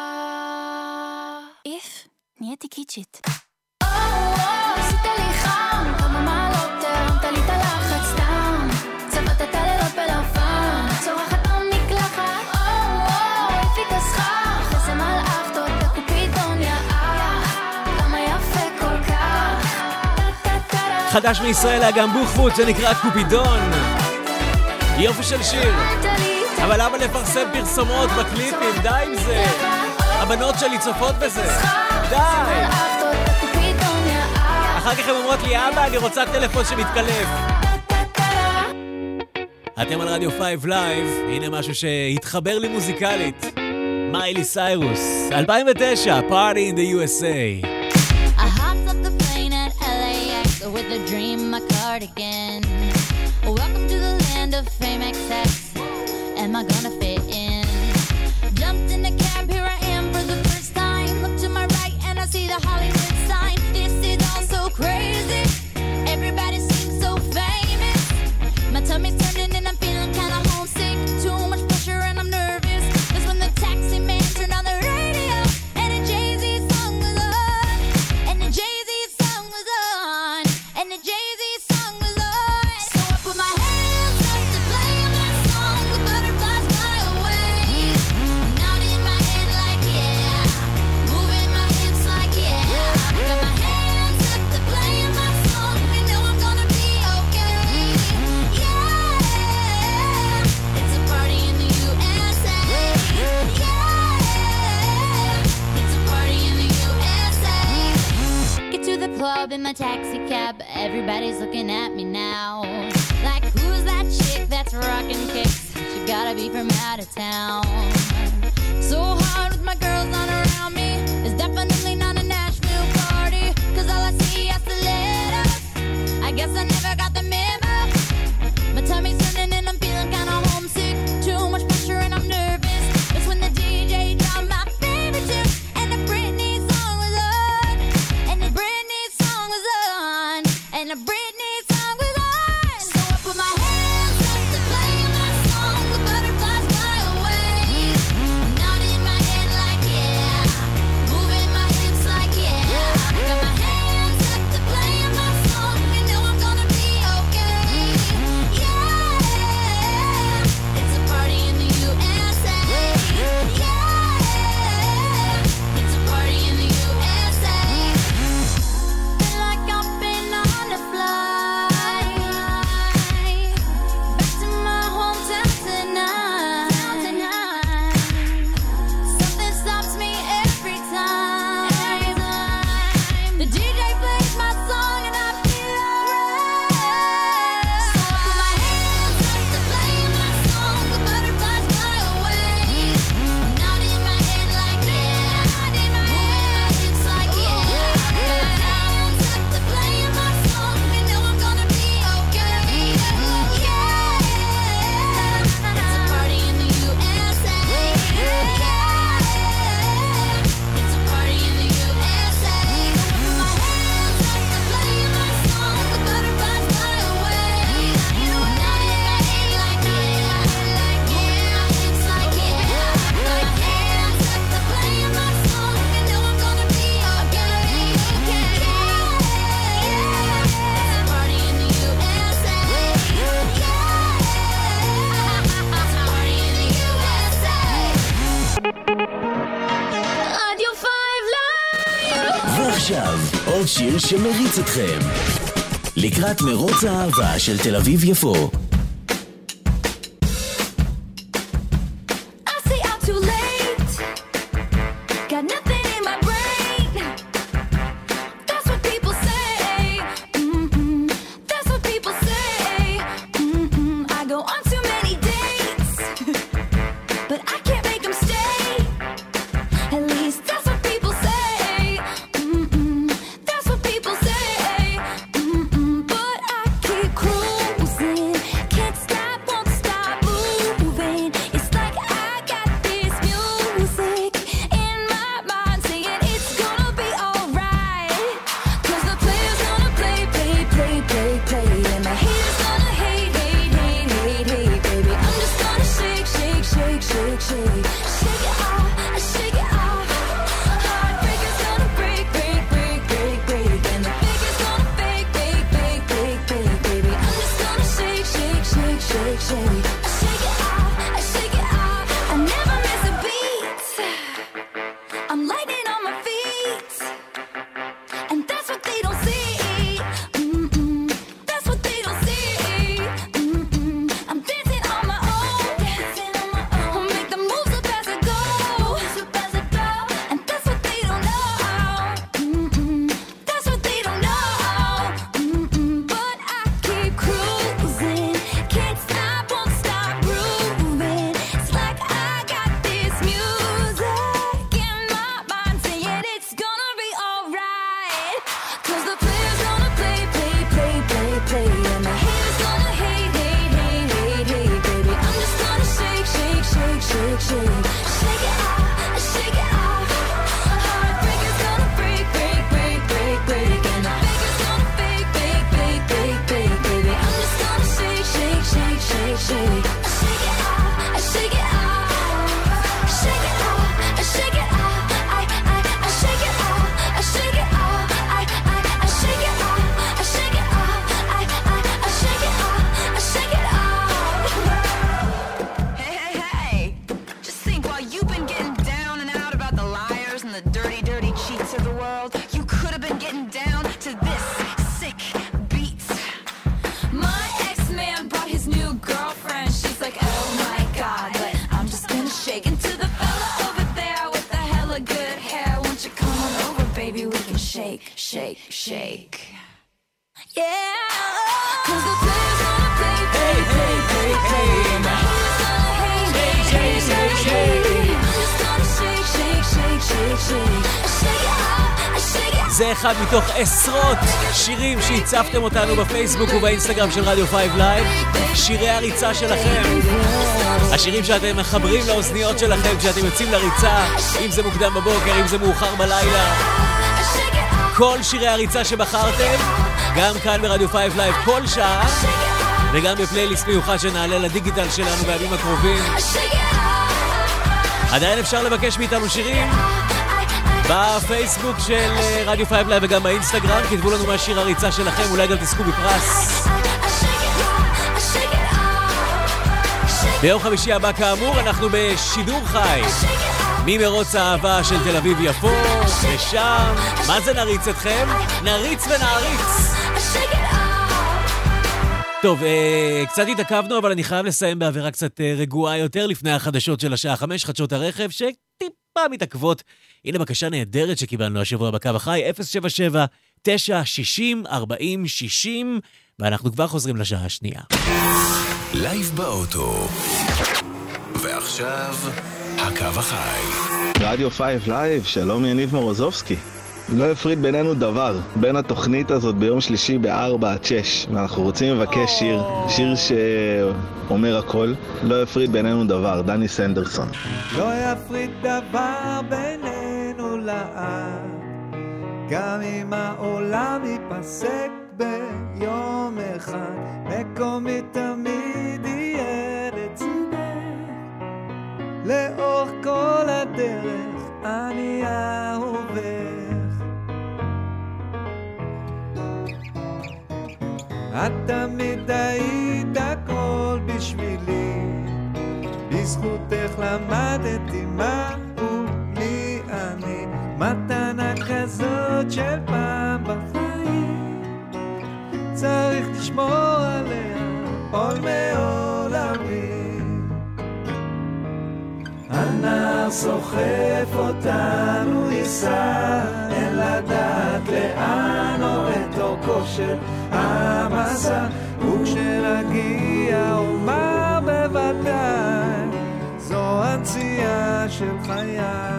איף, נהייתי קיצ'ית. עשית לי חם, כמה מעלות הרמת לי את הלחץ סתם. צבעת את הלילות בלבן, צורחת במקלחת. אלפי תסכח, איזה מלאך, תודה קופידון יא אח. למה יפה כל כך? חדש מישראל היה גם בוחבוט, זה נקרא קופידון. יופי של שיר. אבל למה לפרסם פרסומות בקליפים? די עם זה. הבנות שלי צופות בזה. די. אחר כך הן אומרות לי, אבא, אני רוצה טלפון שמתקלף. אתם על רדיו 5 לייב, הנה משהו שהתחבר לי מוזיקלית. מיילי סיירוס, 2009, Party in the USA. I hopped off the plane at LAX with a dream, my cardigan. Welcome to the land of fame excess. Am I gonna fit in? Jumped in the cab, here I am for the first time. Look to my right and I see the Hollywood sign. This is all so crazy. Everybody seems so famous. My tummy's turning and I'm feeling kinda homesick. Too much pressure and I'm nervous. That's when the taxi man turned on the radio and the Jay-Z song was on. And the Jay-Z song was on. And the Jay-Z song was on. So I put my hands up to play my song. The butterflies fly away. Nod in my head like yeah. Moving my hips like yeah. Got my hands up to play my song. I know I'm gonna be okay. Yeah. It's a party in the USA. Yeah. It's a party in the USA. Get to the club in my taxi cab. Everybody's looking at me now. Like, who's that chick that's rocking kicks? She gotta be from out of town. So hard with my girls on around me. It's definitely not a Nashville party. Cause all I see is the letters. I guess I never got the memo. My tummy's turning and I'm feeling kinda homesick. Too much pressure and I'm nervous. That's when the DJ dropped my favorite tune. And the Britney song was on. And the Britney song was on. And the Britney song was on. So I put my hands up to play my song. The butterflies fly away. Nod in my head like yeah. ועכשיו, עוד שיר שמריץ אתכם. לקראת מרוץ האהבה של תל אביב יפו. זה אחד מתוך עשרות שירים שהצפתם אותנו בפייסבוק ובאינסטגרם של רדיו 5 לייב. שירי הריצה שלכם, השירים שאתם מחברים לאוזניות שלכם כשאתם יוצאים לריצה, אם זה מוקדם בבוקר, אם זה מאוחר בלילה. כל שירי הריצה שבחרתם, גם כאן ברדיו 5 לייב כל שעה, וגם בפלייליסט מיוחד שנעלה לדיגיטל שלנו בימים הקרובים. עדיין אפשר לבקש מאיתנו שירים בפייסבוק של רדיו 5 לייב וגם באינסטגרם. כתבו לנו מה שיר הריצה שלכם, אולי גם תזכו בפרס. ביום חמישי הבא כאמור אנחנו בשידור חי ממרוץ האהבה של תל אביב יפו, ושם מה זה נריץ אתכם? נריץ ונעריץ. טוב, קצת התעכבנו, אבל אני חייב לסיים באווירה קצת רגועה יותר לפני החדשות של השעה 5, חדשות הרכב שטיפה מתעכבות. הנה בקשה נהדרת שקיבלנו השבוע בקו החי, 077-960-4060, ואנחנו כבר חוזרים לשעה השנייה. לייב באוטו. ועכשיו, הקו החי. רדיו 5 לייב, שלום יניב מורוזובסקי. לא הפריד בינינו דבר, בין התוכנית הזאת ביום שלישי ב-4-6, ואנחנו רוצים לבקש שיר שאומר הכל. לא הפריד בינינו דבר, דני סנדרסון. לא יפריד דבר בינינו לעד, גם אם העולם ייפסק ביום אחד, מקומי תמיד יהיה לצידך, לאורך כל הדרך אני אהובך. את תמיד היית הכל בשבילי, בזכותך למדתי מהו לי אני, מתנה כזאת של פעם בחיים, צריך לשמור עליה עול מעולמי. הנער סוחף אותנו ייסע, אין לדעת לאן או את אורכו של המסע, וכשנגיע אומר בוודאי זו הנציאה של חיי.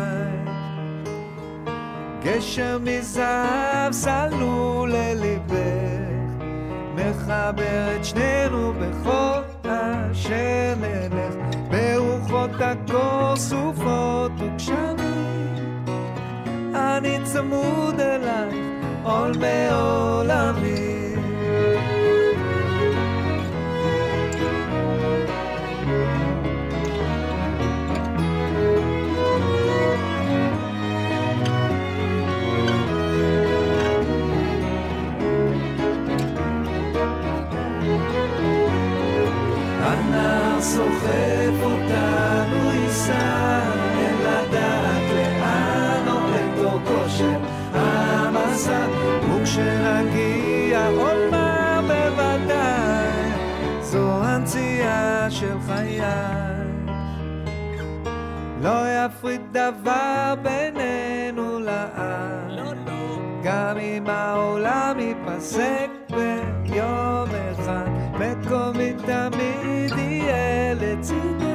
גשר מזהב סלול לליבך, מחבר את שנינו בכל אשר נלך, ברוחות הקור סופות וגשמים, אני צמוד אלייך עול מעולמי. הנער סוחף אותנו ייסע, אין לדעת לאן או את אורכו של המסע, וכשנגיע אומר בוודאי זו הנציאה של חיי. לא יפריד דבר בינינו לעד, גם אם העולם ייפסק ביום אחד, מקומי תמיד יהיה לצידך,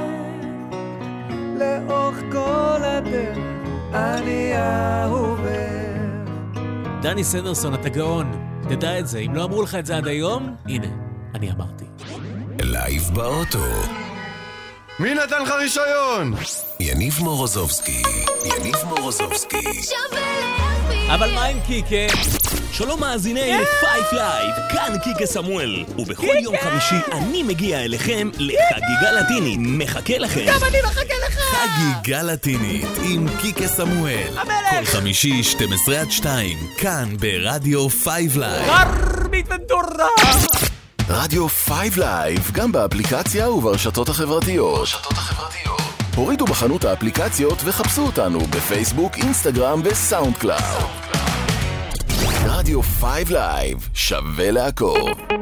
לאורך כל הדרך אני אהובך. דני סנדרסון, אתה גאון, תדע את זה. אם לא אמרו לך את זה עד היום, הנה, אני אמרתי. לייב באוטו. מי נתן לך רישיון? יניב מורוזובסקי. יניב מורוזובסקי. אבל מה עם קיקה? שלום מאזיני פייב לייב, כאן קיקה סמואל, ובכל יום חמישי אני מגיע אליכם לחגיגה לטינית. מחכה לכם. גם אני מחכה לך. חגיגה לטינית עם קיקה סמואל. כל חמישי 12 עד 2, כאן ברדיו פייב לייב. קרמית ונטורה. רדיו פייב לייב, גם באפליקציה וברשתות החברתיות. הורידו בחנות האפליקציות וחפשו אותנו בפייסבוק, אינסטגרם וסאונד קלאוד. רדיו פייב לייב, שווה לעקוב.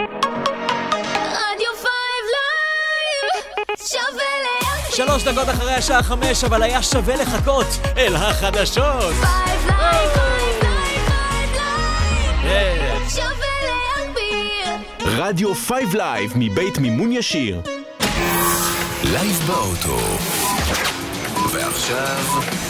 רדיו פייב לייב, שווה לעקוב. 3 דקות אחרי השעה 5, אבל היה שווה לחכות אל החדשות. פייב לייב, פייב לייב, שווה להגביר. רדיו פייב לייב מבית מימון ישיר. לייב באוטו. ועכשיו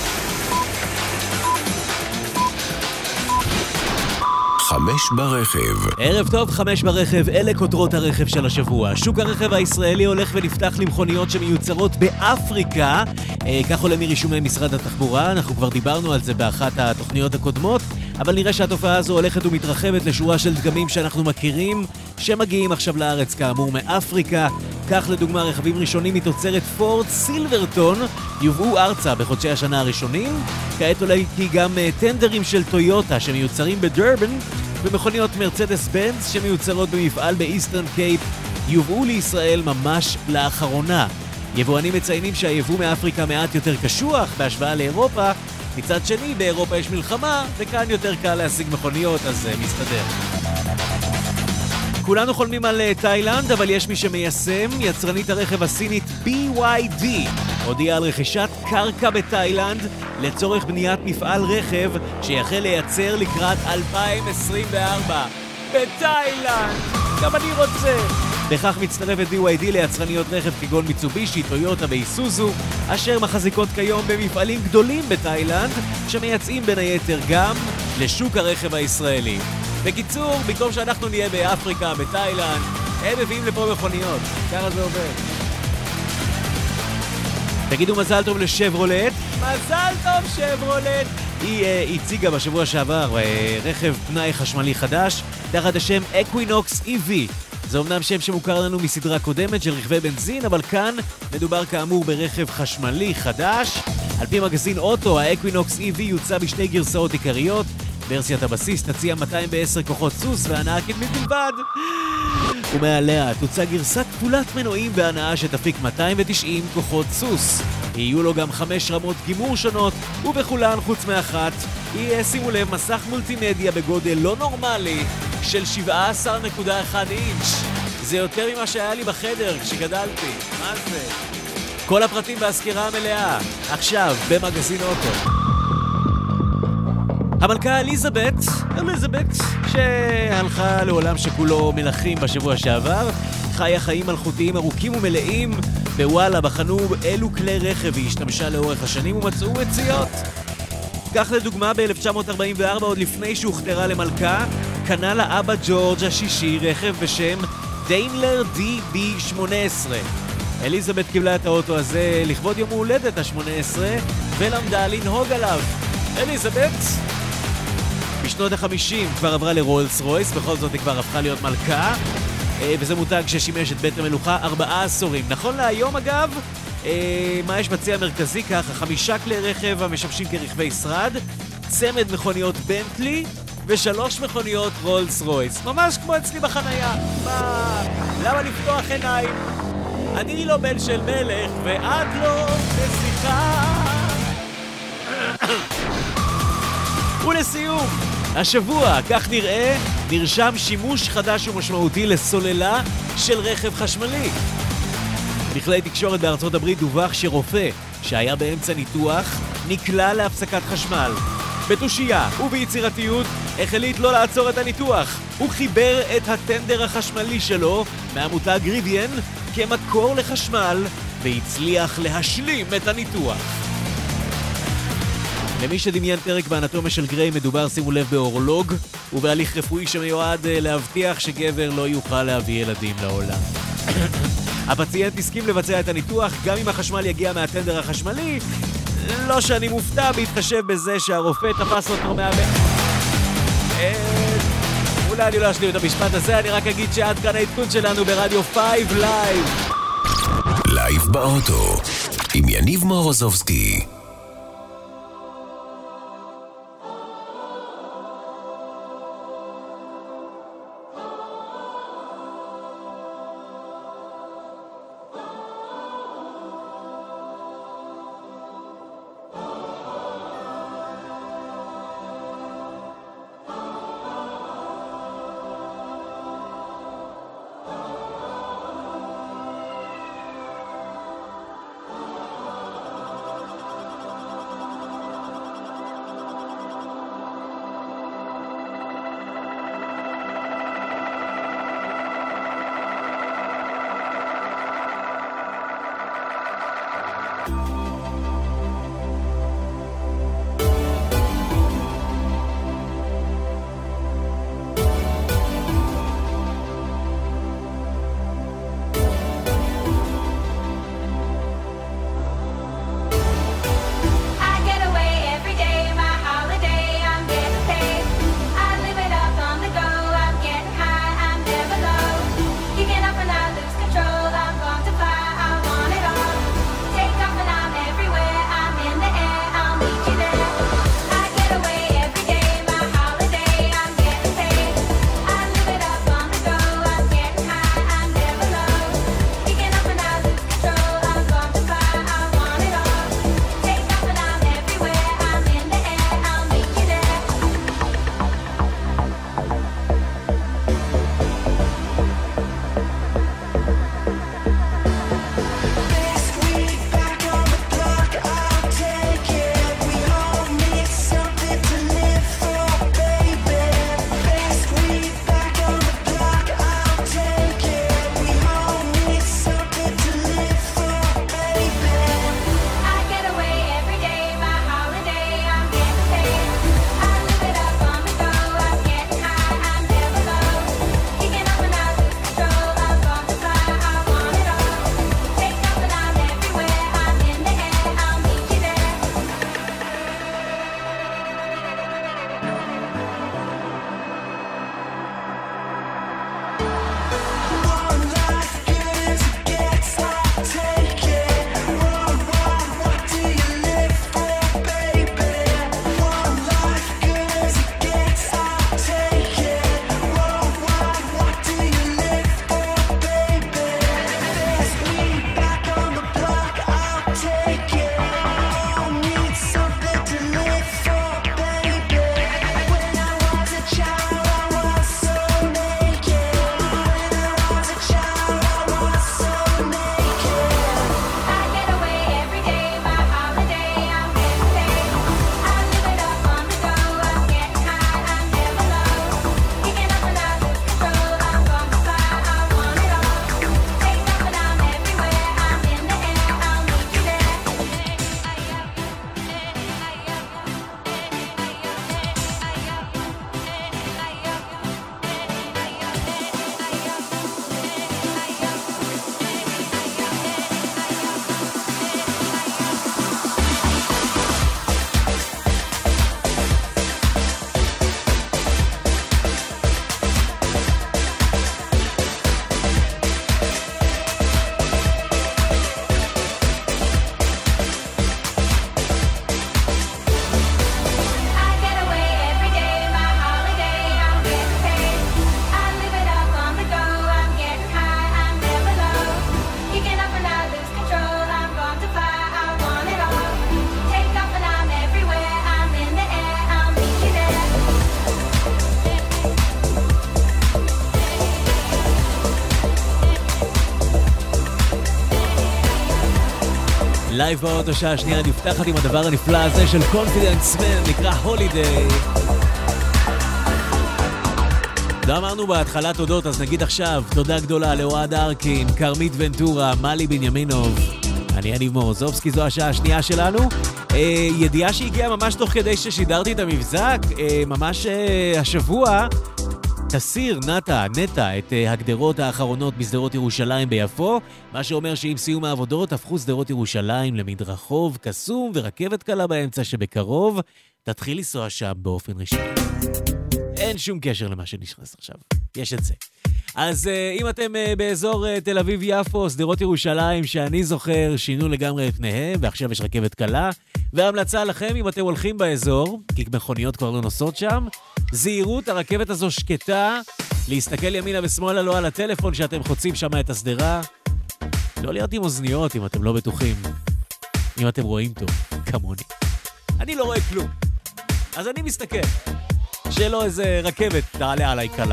5 ברכב. ערב טוב, 5 ברכב, אלה כותרות הרכב של השבוע. שוק הרכב הישראלי הולך ונפתח למכוניות שמיוצרות באפריקה, כך עולה מרישומי משרד התחבורה. אנחנו כבר דיברנו על זה באחת התוכניות הקודמות, אבל נראה שהתופעה הזו הולכת ומתרחבת לשורה של דגמים שאנחנו מכירים, שמגיעים עכשיו לארץ כאמור מאפריקה. כך לדוגמה רכבים ראשונים מתוצרת פורד סילברטון יובאו ארצה בחודשי השנה הראשונים. כעת עולה כי גם טנדרים של טויוטה שמיוצרים בדרבן ומכוניות מרצדס בנץ שמיוצרות במפעל באיסטרן קייפ יובאו לישראל ממש לאחרונה. יבואנים מציינים שהיבוא מאפריקה מעט יותר קשוח בהשוואה לאירופה. מצד שני, באירופה יש מלחמה וכאן יותר קל להשיג מכוניות, אז זה מסתדר. כולנו חולמים על תאילנד, אבל יש מי שמיישם. יצרנית הרכב הסינית BYD הודיעה על רכישת קרקע בתאילנד לצורך בניית מפעל רכב שיחל לייצר לקראת 2024 בתאילנד. גם אני רוצה. בכך מצטרפת BYD ליצרניות רכב כגון מיצובישי, טויוטה ואיסוזו, אשר מחזיקות כיום במפעלים גדולים בתאילנד שמייצאים בין היתר גם לשוק הרכב הישראלי. בקיצור, במקום שאנחנו נהיה באפריקה, בתאילנד, הם מביאים לפה מכוניות. ככה זה עובד. תגידו מזל טוב לשברולט. מזל טוב שברולט. היא הציגה בשבוע שעבר רכב פנאי חשמלי חדש תחת השם אקווינוקס EV. זה אומנם שם שמוכר לנו מסדרה קודמת של רכבי בנזין, אבל כאן מדובר כאמור ברכב חשמלי חדש. על פי מגזין אוטו, האקווינוקס EV יוצא בשתי גרסאות עיקריות. ורסיית הבסיס תציע 210 כוחות סוס והנעה קדמית בלבד. ומעליה תוצא גרסה כפולת מנועים והנעה שתפיק 290 כוחות סוס. יהיו לו גם 5 רמות גימור שונות, ובכולן חוץ מאחת היא, שימו לב, מסך מולטימדיה בגודל לא נורמלי של 17.1 אינץ'. זה יותר ממה שהיה לי בחדר כשגדלתי. מה זה? כל הפרטים והסקירה המלאה, עכשיו במגזין אוטו. המלכה אליזבת, שהלכה לעולם שכולו מלכים בשבוע שעבר, חיה חיים מלכותיים ארוכים ומלאים, בוואלה בחנו אילו כלי רכב היא השתמשה לאורך השנים ומצאו מציאות. כך לדוגמה ב-1944, עוד לפני שהוכתרה למלכה, קנה לה אבא ג'ורג' השישי רכב בשם דימלר DB18. אליזבת קיבלה את האוטו הזה לכבוד יום הולדת ה-18 ולמדה לנהוג עליו. אליזבת בשנות ה-50 כבר עברה לרולס רויס, בכל זאת היא כבר הפכה להיות מלכה, וזה מותג ששימש את בית המלוכה 4 עשורים. נכון להיום אגב, מה יש בצי המרכזי? ככה 5 כלי רכב המשמשים כרכבי שרד, צמד מכוניות בנטלי ו3 מכוניות רולס רויס. ממש כמו אצלי בחנייה. מה? למה לפתוח עיניים? אני לא בן של מלך ואת לא נסיכה. ולסיום, השבוע, כך נראה, נרשם שימוש חדש ומשמעותי לסוללה של רכב חשמלי. בכלי תקשורת בארצות הברית דווח שרופא שהיה באמצע ניתוח נקלע להפסקת חשמל. בתושייה וביצירתיות החליט לא לעצור את הניתוח. הוא חיבר את הטנדר החשמלי שלו מהמותג ריוויאן כמקור לחשמל והצליח להשלים את הניתוח. למי שדמיין פרק באנטומיה של גריי, מדובר, שימו לב, באורולוג ובהליך רפואי שמיועד להבטיח שגבר לא יוכל להביא ילדים לעולם. הפציינט הסכים לבצע את הניתוח גם אם החשמל יגיע מהטנדר החשמלי. לא שאני מופתע בהתחשב בזה שהרופא תפס אותו אולי אני לא אשלים את המשפט הזה, אני רק אגיד שעד כאן העדכון שלנו ברדיו 5 לייב. לייב באוטו עם יניב מורוזובסקי. לייב באוטו שעה שנייה נפתחת עם הדבר הנפלא הזה של Confidence Man, נקרא Holiday. לא אמרנו בהתחלה תודות, אז נגיד עכשיו תודה גדולה לאוהד ארקין, קרמית ונטורה, מלי בנימינוב. אני יניב מורוזובסקי, זו השעה השנייה שלנו. ידיעה שהגיעה ממש תוך כדי ששידרתי את המבזק, ממש השבוע תסיר נטה את הגדרות האחרונות בסדרות ירושלים ביפו, מה שאומר שעם סיום העבודות הפכו סדרות ירושלים למדרחוב קסום ורכבת קלה באמצע שבקרוב תתחיל לנסוע שם באופן רשמי. אין שום קשר למה שנשרס עכשיו, יש את זה. אז אם אתם באזור תל אביב יפו, סדרות ירושלים שאני זוכר שינו לגמרי את פניהם, ועכשיו יש רכבת קלה, וההמלצה לכם אם אתם הולכים באזור, כי מכוניות כבר לא נוסעות שם, זהירות, הרכבת הזו שקטה, להסתכל ימינה ושמאלה לא על הטלפון שאתם חוצים שם את הסדרה, לא להיות עם אוזניות אם אתם לא בטוחים, אם אתם רואים טוב, כמוני. אני לא רואה כלום, אז אני מסתכל, שלא איזה רכבת תעלה עליי קלה.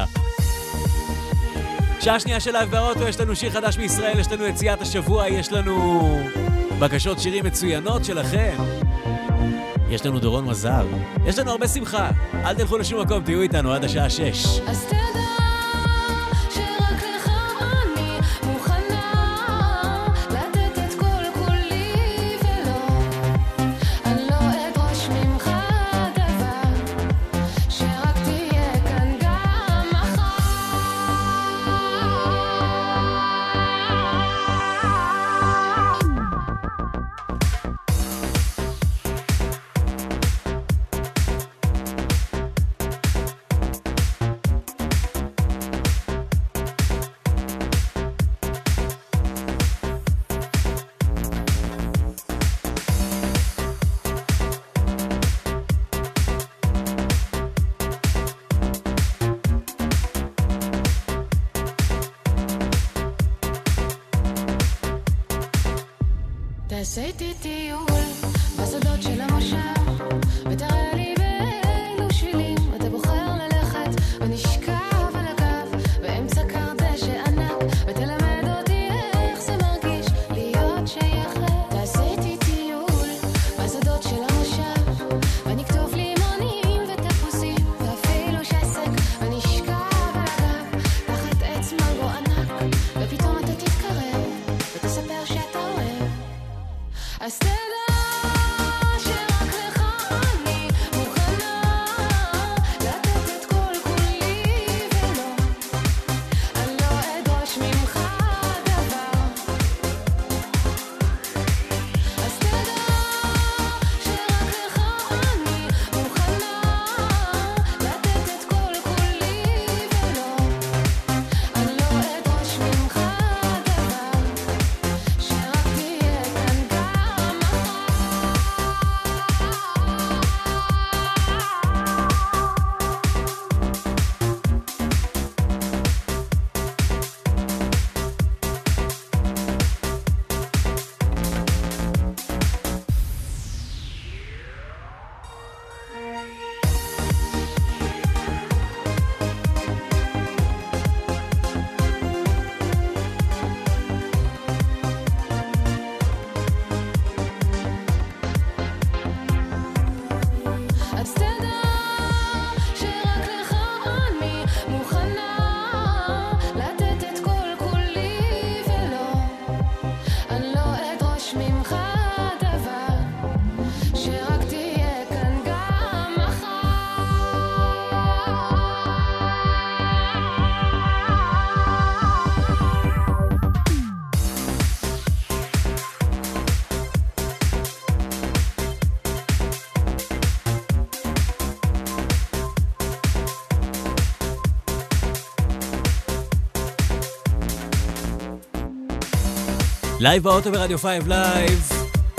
שעה שנייה של לייב באוטו, יש לנו שיר חדש מישראל, יש לנו יציאת השבוע, יש לנו בקשות שירים מצוינות שלכם. יש לנו דורון מזר, יש לנו הרבה שמחה. אל תלכו לשום מקום, תהיו איתנו עד השעה 6. אז תדע שרק לך אני מוכנה לתת את כל כולי ולא אני לא אדרוש ממך דבר שרק תהיה כאן גם מחר. תעשה איתי טיול בשדות של המושב ותראה לי באילו שבילים אתה בוחר ללכת ונשכב על הגב באמצע קרדשא ענק ותלמד אותי איך זה מרגיש להיות שייכת. תעשה איתי טיול בשדות של המושב ונכתוב לימונים ותפוזים ואפילו שסק ונשכב על הגב תחת עץ מנגו ענק ופתאום אתה תתקרב ותספר שאתה אוהב. אז תדע שרק לך אני מוכנה לתת את כל כולי ולא אני לא אדרוש ממך דבר. אז תדע שרק לך אני מוכנה לתת את כל כולי ולא אני לא אדרוש ממך דבר שרק תהיה כאן גם אז תדע שרק לך אני מוכנה לתת את כל כולי ולא אני לא אדרוש ממך דבר שרק תהיה כאן גם מחר. לייב באוטו ברדיו 5 לייב.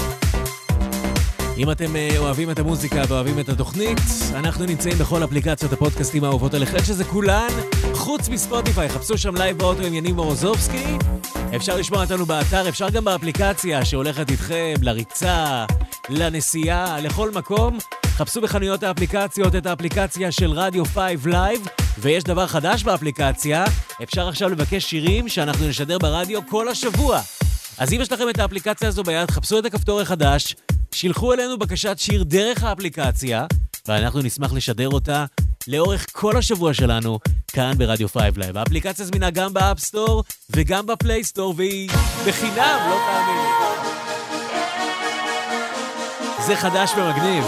אם אתם אוהבים את המוזיקה ואוהבים את התוכנית, אנחנו נמצאים בכל אפליקציות הפודקאסטים האהובות עליכם, שזה כולן, חוץ מספוטיפיי. חפשו שם לייב באוטו עם יניב מורוזובסקי. אפשר לשמוע אותנו באתר, אפשר גם באפליקציה שהולכת איתכם לריצה, לנסיעה, לכל מקום. חפשו בחנויות האפליקציות את האפליקציה של רדיו 5 לייב, ויש דבר חדש באפליקציה, אפשר עכשיו לבקש שירים שאנחנו נשדר ברדיו כל השבוע. אז אם יש לכם את האפליקציה הזו ביד, חפשו את הכפתור החדש, שילחו אלינו בקשת שיר דרך האפליקציה, ואנחנו נשמח לשדר אותה לאורך כל השבוע שלנו, כאן ברדיו 5 לייב. האפליקציה זמינה גם באפסטור וגם בפלייסטור, והיא בחינם, לא תאמין. זה חדש ומגניב.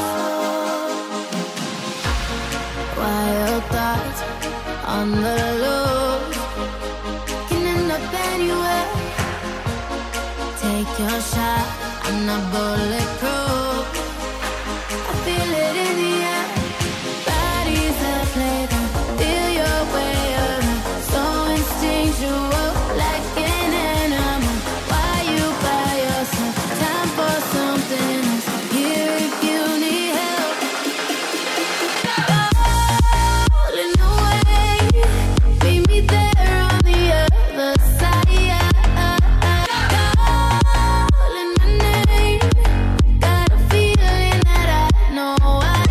Wild thoughts on the loose can end up anywhere. Take your shot, I'm not bulletproof. I feel it in the air. Body's a playground, feel your way around. So instinctual, like an animal. Why you by yourself? Time for something else. Here if you need help. Falling away, meet me there on the other side. Calling my name, got a feeling that I know why.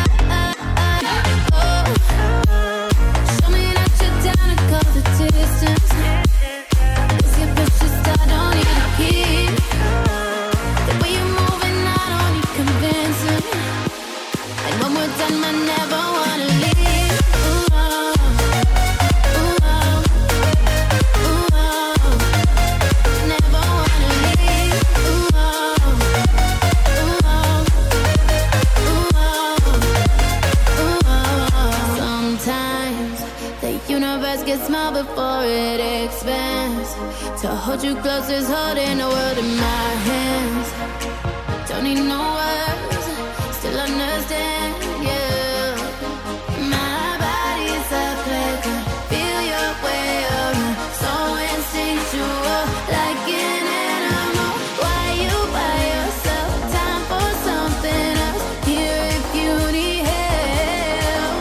Show me that you're down to cover the distance. Is it precious? I don't need a key. The way you're moving, I don't need convincing. And when we're done, I never wanna leave. Ooh, oh, ooh, oh, ooh, oh. Never wanna leave. Ooh, oh, ooh, oh, ooh, oh. Sometimes the universe gets small before it expands. To hold you close is holding the world in my hands. Don't need no words, still understand, yeah. My body's a playground, feel your way around. So instinctual, like an animal. Why you by yourself? Time for something else. Here if you need help.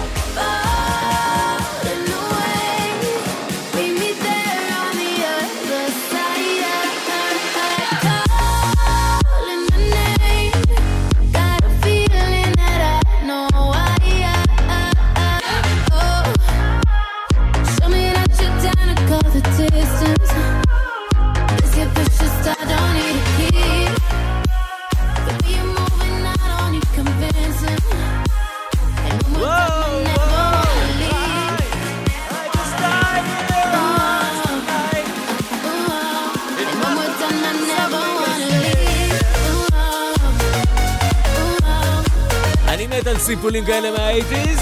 Falling away, meet me there on the other side. Calling my name, got a feeling that I know why. Oh, show me that you're down to go the distance. Is it precious? I don't need a key. The way you're moving, I don't need convincing. And when we're done, I never wanna leave. And when we're done, I never wanna leave. אני מת על סיפולים כאלה מה-80s.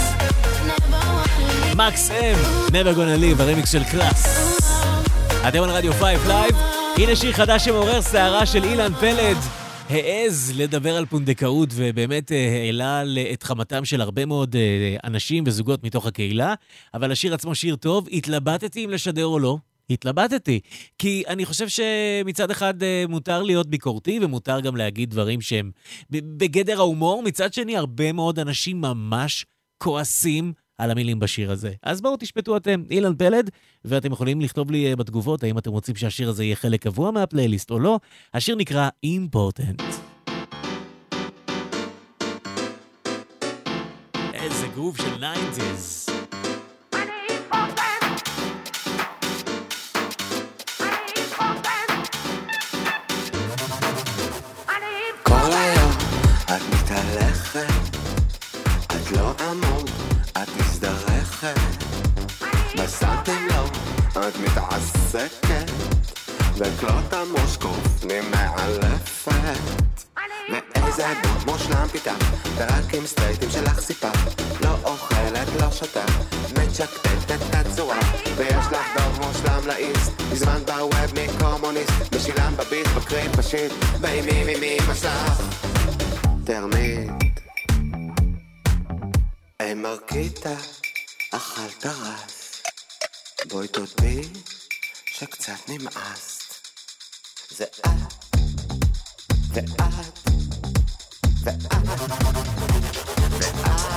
מקס אם, Never Gonna Leave, הרמיקס של קלאס. אתם על רדיו 5 לייב. הנה שיר חדש שמעורר סערה של אילן פלד. העז לדבר על פונדקאות ובאמת העלה את חמתם של הרבה מאוד אנשים וזוגות מתוך הקהילה. אבל השיר עצמו שיר טוב. התלבטתי אם לשדר או לא. התלבטתי, כי אני חושב שמצד אחד מותר להיות ביקורתי, ומותר גם להגיד דברים שהם בגדר ההומור. מצד שני, הרבה מאוד אנשים ממש כועסים על המילים בשיר הזה. אז בואו תשפטו אתם, אילן פלד, ואתם יכולים לכתוב לי בתגובות, האם אתם רוצים שהשיר הזה יהיה חלק קבוע מהפלייליסט או לא. השיר נקרא Important. איזה גרוב של 90s. כל היום את מתהלכת, את לא עמוד, את מזדרכת, בסרטים לא, את מתעסקת, וכלות המושקוף נמעלפת, ואיזה דוד מושלם פיתח, ורק עם סטרייטים שלך סיפה, לא אוכלת, לא שותה, מצ'קטטת את הצורה, ויש לך דוד מושלם לאיסט, בזמן בווב מקומוניסט, משילם בביט, בקריפ, בשיט, באימי ממא שלך, תרמית, מרקיטה, אכלת רס, בואי תודי שקצת נמאסת, זה את, ואת, ואת, ואת.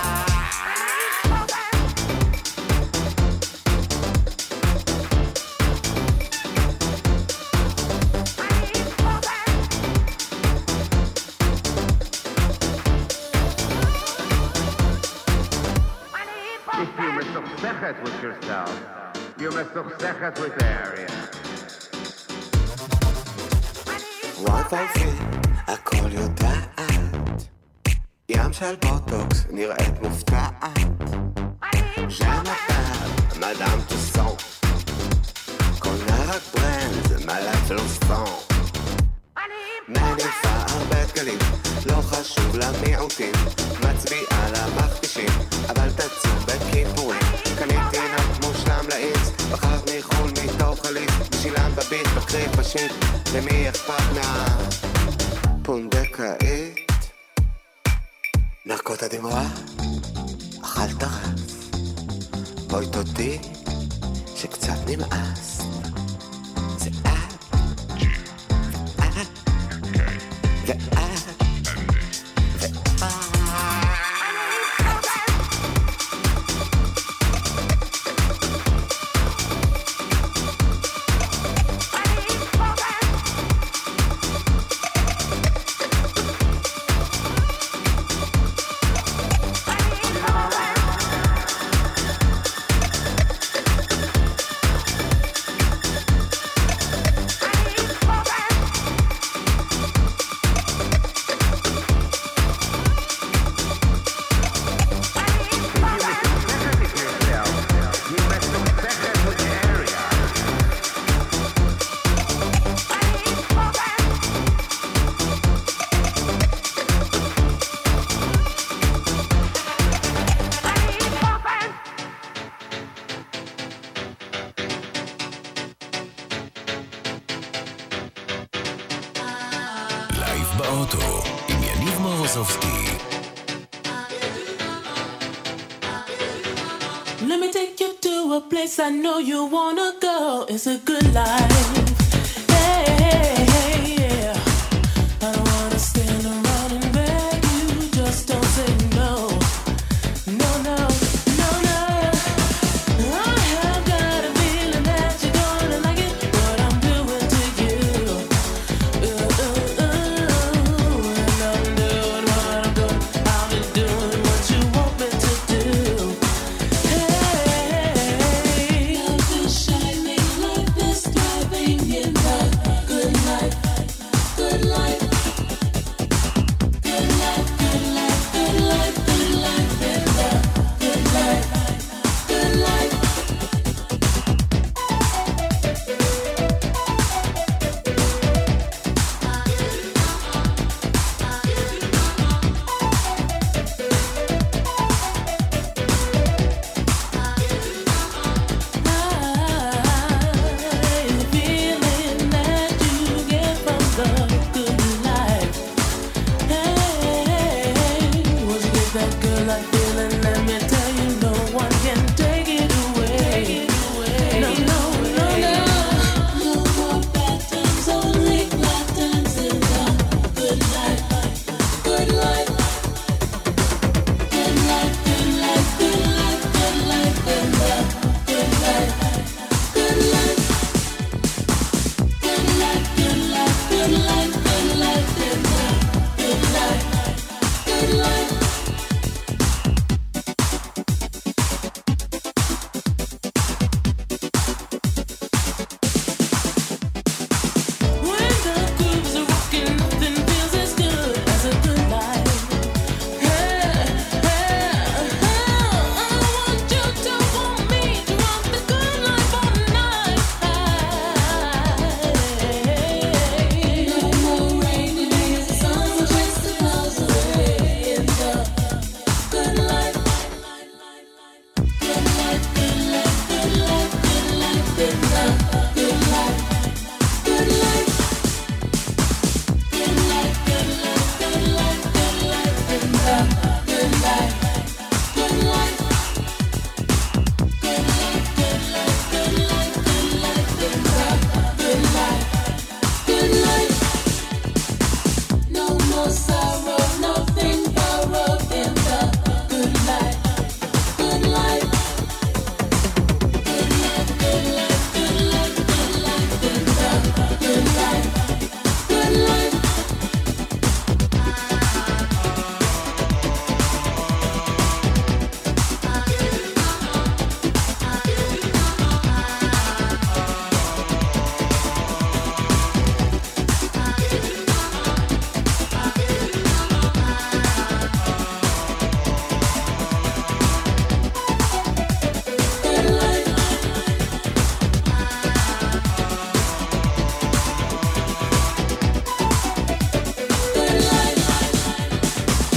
מסוכסכת with yourself, you're מסוכסכת with the area. וואט פלפי, הכל יודעת. ים של בוטוקס, נראית מופתעת. ז'נפר, מדאם טוסון. קונה רק ברנד, מלא פלוספון. מניפה הרבה דגלים, לא חשוב למיעוטים. מצביעה למכפישים, אבל תצום בכיפורים. קניתי נוק מושלם לאינס, בחר מחול מתוך הליס. בשילם בביט, בקריב בשיט, למי אכפת מהפונדקאית? נרקות הדמרה, אכלת רס. בואי תודי שקצת נמאס. זה את ואת באוטו עם יניב מורוזובסקי. Let me take you to a place I know you wanna go. It's a good life. Hey, hey, hey, yeah. I don't wanna stand around and beg you. Just don't say no. No, no, no, no. I have got a feeling that you're gonna like it. What I'm doing to you. And I'm doing what I'm doing. I'll be doing what you want me to do.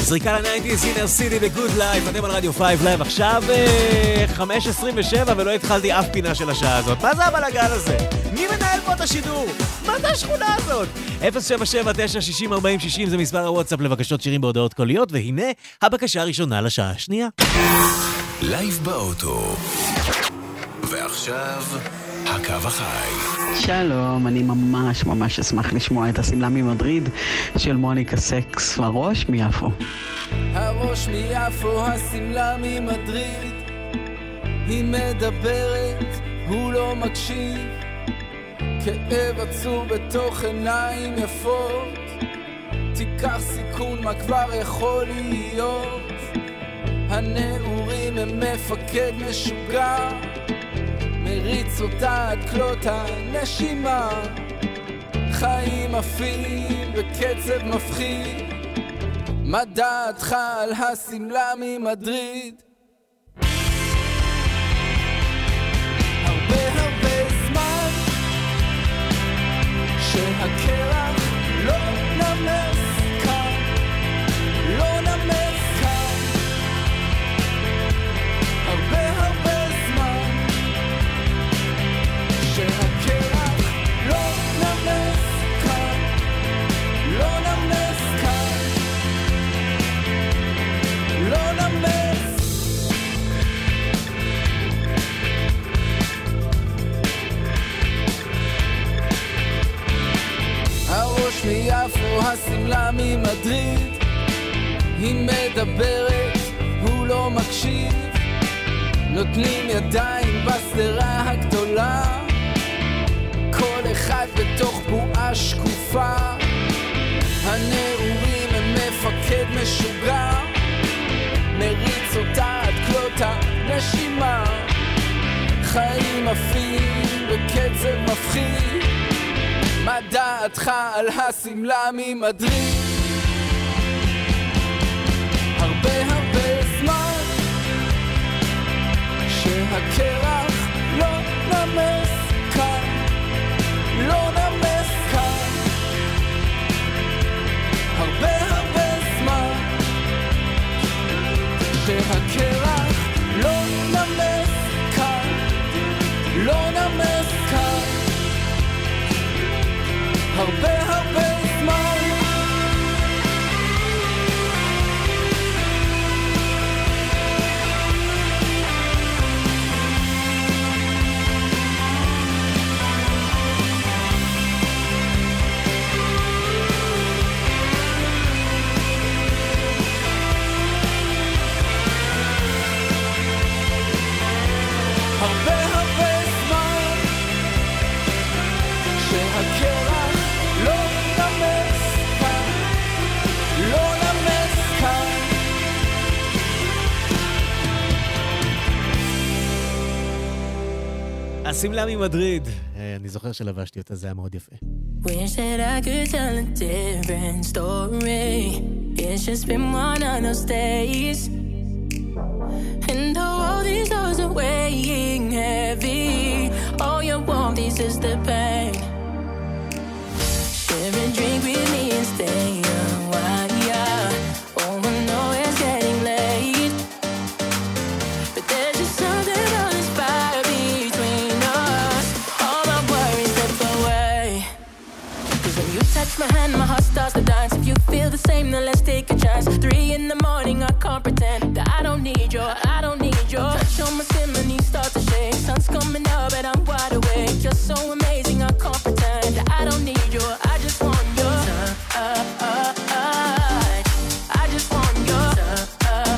זריקה ל-90's, Inner City ב-Good Life, אתם על רדיו 5 Live, עכשיו 5:27 ולא התחלתי אף פינה של השעה הזאת. מה זה הבלגן הזה? מי מנהל פה את השידור? מה זה השכונה הזאת? 077-960-4060 זה מספר הוואטסאפ לבקשות שירים בהודעות קוליות, והנה הבקשה הראשונה לשעה השנייה. לייב באוטו. ועכשיו, הקו החי. שלום, אני ממש אשמח לשמוע את השמלה ממדריד של מוניקה סקס הראש מיפו. הראש מיפו, השמלה ממדריד, היא מדברת, הוא לא מקשיב, כאב עצור בתוך עיניים יפות, תיקח סיכון מה כבר יכול להיות, הנעורים הם מפקד משוגע, מריץ אותה עד כלות הנשימה, חיים עפים בקצב מפחיד, מה דעתך על השמלה ממדריד? הרבה זמן שהקרח לא נמס כאן, לא נמס כאן, הרבה זמן שהקרח לא נמס כאן, לא נמס כאן, לא נמס. הראש מיפו, השמלה ממדריד, היא מדברת, הוא לא מקשיב, נותנים ידיים בסדרה הגדולה, כל אחד בתוך בועה שקופה, הנעורים הם מפקד משוגע, מריץ אותה עד כלות הנשימה, חיים עפים בקצב מפחיד, מה דעתך על השמלה ממדריד? הרבה זמן שהקרח לא נמס כאן, לא נמס כאן, הרבה זמן שהקרח לא נמס כאן, לא נמס כאן, הרבה זמן. הרבה זמן שהקרח לא נמס כאן, לא נמס כאן. השמלה ממדריד, אני זוכר שלבשתי אותה, זה היה מאוד יפה. Wish that I could tell a different story. It's just been one of those days, and all these doors are weighing heavy. All you want, this is the pain. Share a drink with me and stay a while, yeah. Oh, I know it's getting late, but there's just something about this fire between us. All my worries slip away, 'cause when you touch my hand, my heart starts to dance. If you feel the same, then let's take a chance. 3 in the morning, I can't pretend that I don't need your touch on my skin, my knees start to shake. Sun's coming up, but I'm wide awake. You're so amazing, I can't pretend that I don't need your, I just want your touch. I just want your touch.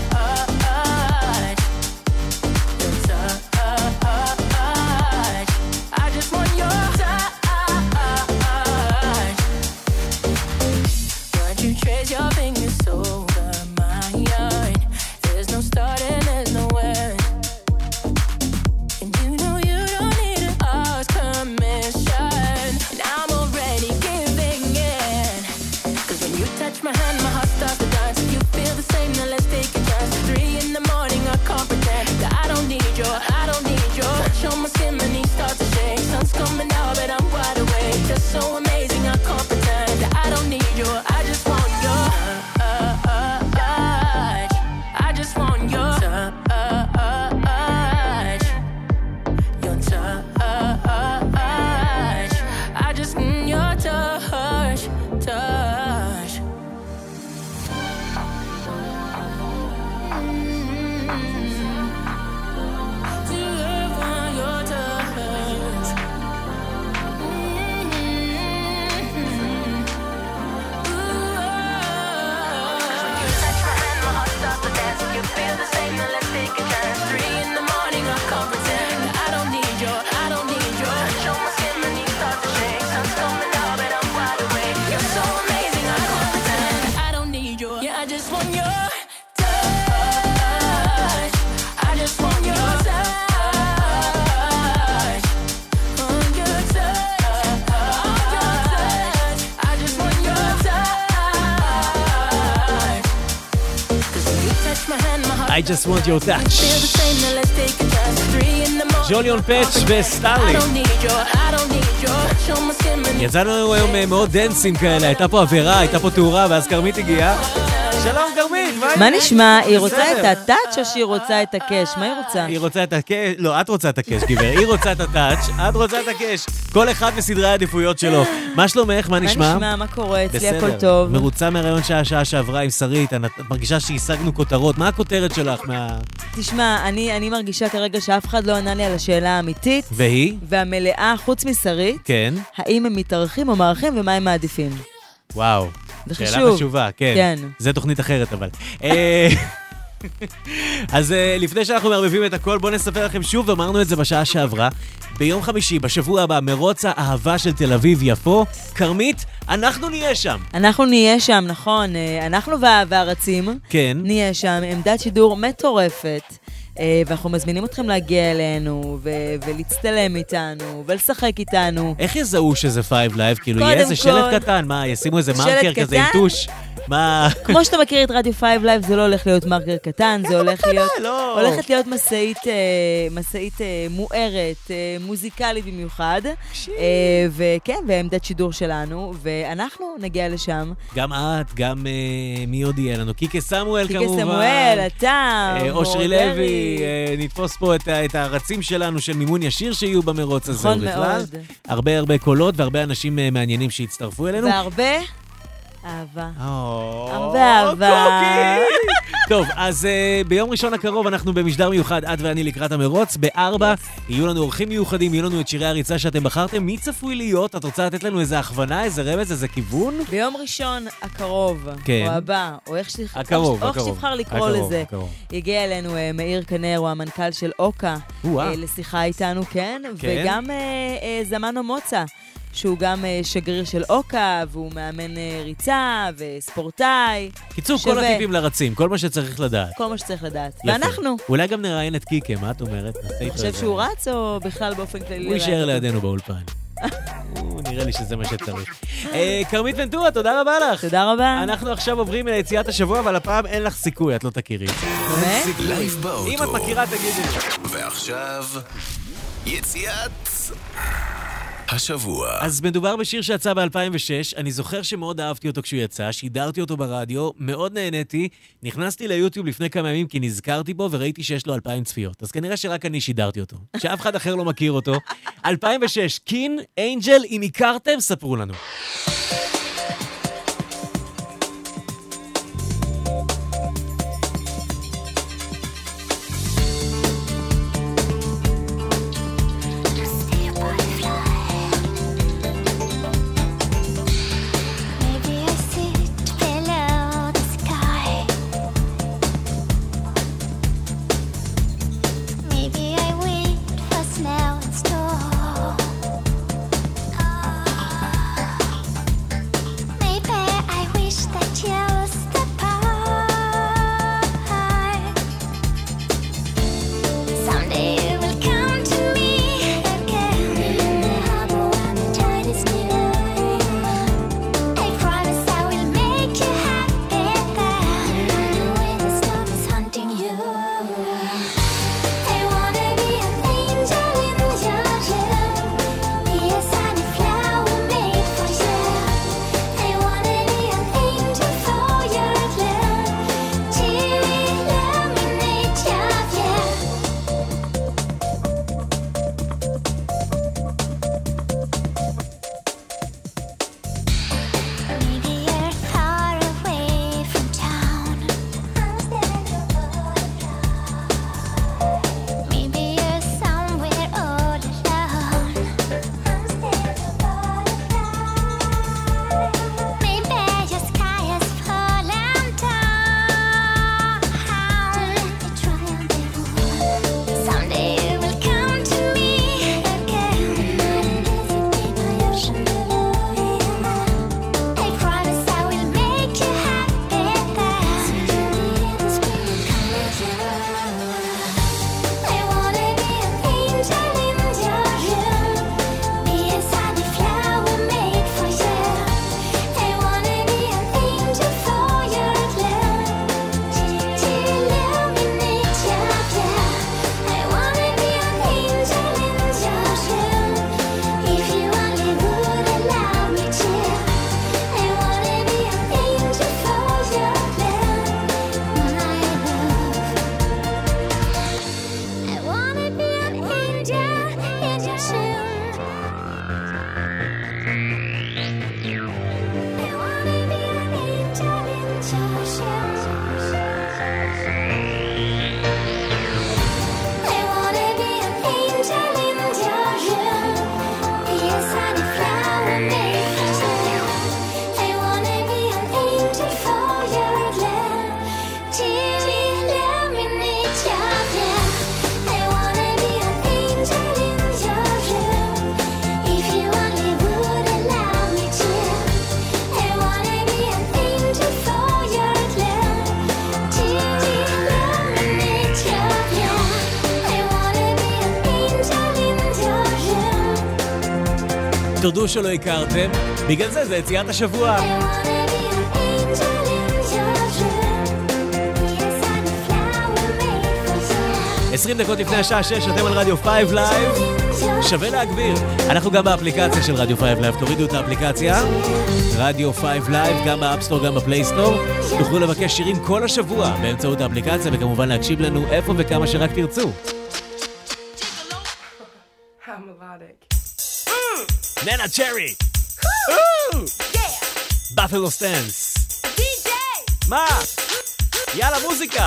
Your touch. I just want your touch. Why'd you trace your fingers over mine? There's no start and there's no end, and you know you don't need to ask permission. I just want your touch. I just want your touch. On your touch. On your touch. I just want your touch. 'Cause when you touch my hand, my heart I just want your touch. feel the same. Now let's take a touch. 3 in the morning. ג'וליון פאץ' וסטארלי. I don't need your, I don't need your touch on my skin. יצאנו לנו היום מאוד דנסים כאלה, הייתה פה אווירה, הייתה פה תאורה, ואז כרמית הגיעה. שלום כרמית, מה נשמע? היא רוצה את הטאץ' או שהיא רוצה את הקש? מה היא רוצה? היא רוצה את הקש, לא, את רוצה את הקש, גבר. היא רוצה את הטאץ', את רוצה את הקש. כל אחד בסדרי העדיפויות שלו. מה שלומך? מה נשמע? מה נשמע? מה קורה? אצלי הכל בסדר. טוב. מרוצה מהרעיון שעה שעברה עם שרית, את מרגישה שהשגנו כותרות. מה הכותרת שלך תשמע, אני מרגישה כרגע שאף אחד לא ענה לי על השאלה האמיתית. והיא? והמלאה, חוץ משרית. כן. האם הם מתארחים או מארחים ומה הם מעדיפים? וואו. זה שאלה חשוב. חשובה, כן. כן. זה תוכנית אחרת, אבל. אז לפני שאנחנו מערבבים את הכל, בואו נספר לכם שוב, ואמרנו את זה בשעה שעברה. ביום חמישי, בשבוע הבא, מרוץ האהבה של תל אביב-יפו. כרמית, אנחנו נהיה שם. אנחנו נהיה שם, נכון. אנחנו והרצים. כן. נהיה שם, עמדת שידור מטורפת. ואנחנו מזמינים אתכם להגיע אלינו, ולהצטלם איתנו, ולשחק איתנו. איך יזהו שזה 5 Live? כאילו, יהיה איזה שלט קטן? מה, ישימו איזה מרקר כזה עם טוש? מה? כמו שאתה מכיר את רדיו 5 Live, זה לא הולך להיות מרקר קטן, זה הולך להיות... הולכת להיות מסעית מוארת, מוזיקלית במיוחד. וכן, ועמדת שידור שלנו, ואנחנו נגיע לשם. גם את, גם מי עוד יהיה לנו? קיקה סמואל כמובן. קיקה סמואל, אתה, אושרי לוי, נתפוס פה את הרצים שלנו של מימון ישיר שיהיו במרוץ הזה. נכון מאוד. הרבה קולות והרבה אנשים מעניינים שהצטרפו אלינו. והרבה אהבה. הרבה אהבה. טוב, אז ביום ראשון הקרוב אנחנו במשדר מיוחד, את ואני לקראת המרוץ. ב-4 יהיו לנו אורחים מיוחדים, יהיו לנו את שירי הריצה שאתם בחרתם. מי צפוי להיות? את רוצה לתת לנו איזה הכוונה, איזה רמז, איזה כיוון? ביום ראשון הקרוב, כן. או הבא, או איך שתבחר לקרוא לזה. יגיע אלינו מאיר כנר, הוא המנכ"ל של אוקה, לשיחה איתנו, כן? וגם זמנו מוצא. שהוא גם שגריר של אוקה, והוא מאמן ריצה וספורטאי. קיצור, כל הטיפים לרצים, כל מה שצריך לדעת. כל מה שצריך לדעת. ואנחנו. אולי גם נראיין את קיקה, מה את אומרת? אתה חושב שהוא רץ או בכלל באופן כללי? הוא יישאר לידינו באולפן. נראה לי שזה מה שצריך. כרמית ונטורה, תודה רבה לך. תודה רבה. אנחנו עכשיו עוברים ליציאת השבוע, אבל הפעם אין לך סיכוי, את לא תכירי. באמת? לייב באוטו. אם את מכירה, תגידי. ועכשיו, יציאת השבוע. אז מדובר בשיר שיצא ב-2006, אני זוכר שמאוד אהבתי אותו כשהוא יצא, שידרתי אותו ברדיו, מאוד נהניתי, נכנסתי ליוטיוב לפני כמה ימים כי נזכרתי בו וראיתי שיש לו 2,000 צפיות, אז כנראה שרק אני שידרתי אותו, שאף אחד אחר לא מכיר אותו. 2006, קין, אנג'ל, אם הכרתם, ספרו לנו. Now it's תודו שלא הכרתם, בגלל זה יציאת השבוע. 20 דקות לפני השעה 6, אתם על רדיו 5 לייב. שווה להגביר. אנחנו גם באפליקציה של רדיו 5 לייב, תורידו את האפליקציה. רדיו 5 לייב, גם באפסטור, גם בפלייסטור. תוכלו לבקש שירים כל השבוע באמצעות האפליקציה, וכמובן להקשיב לנו איפה וכמה שרק תרצו. ננה צ'רי! באפלו סטנס! מה? יאללה, מוזיקה!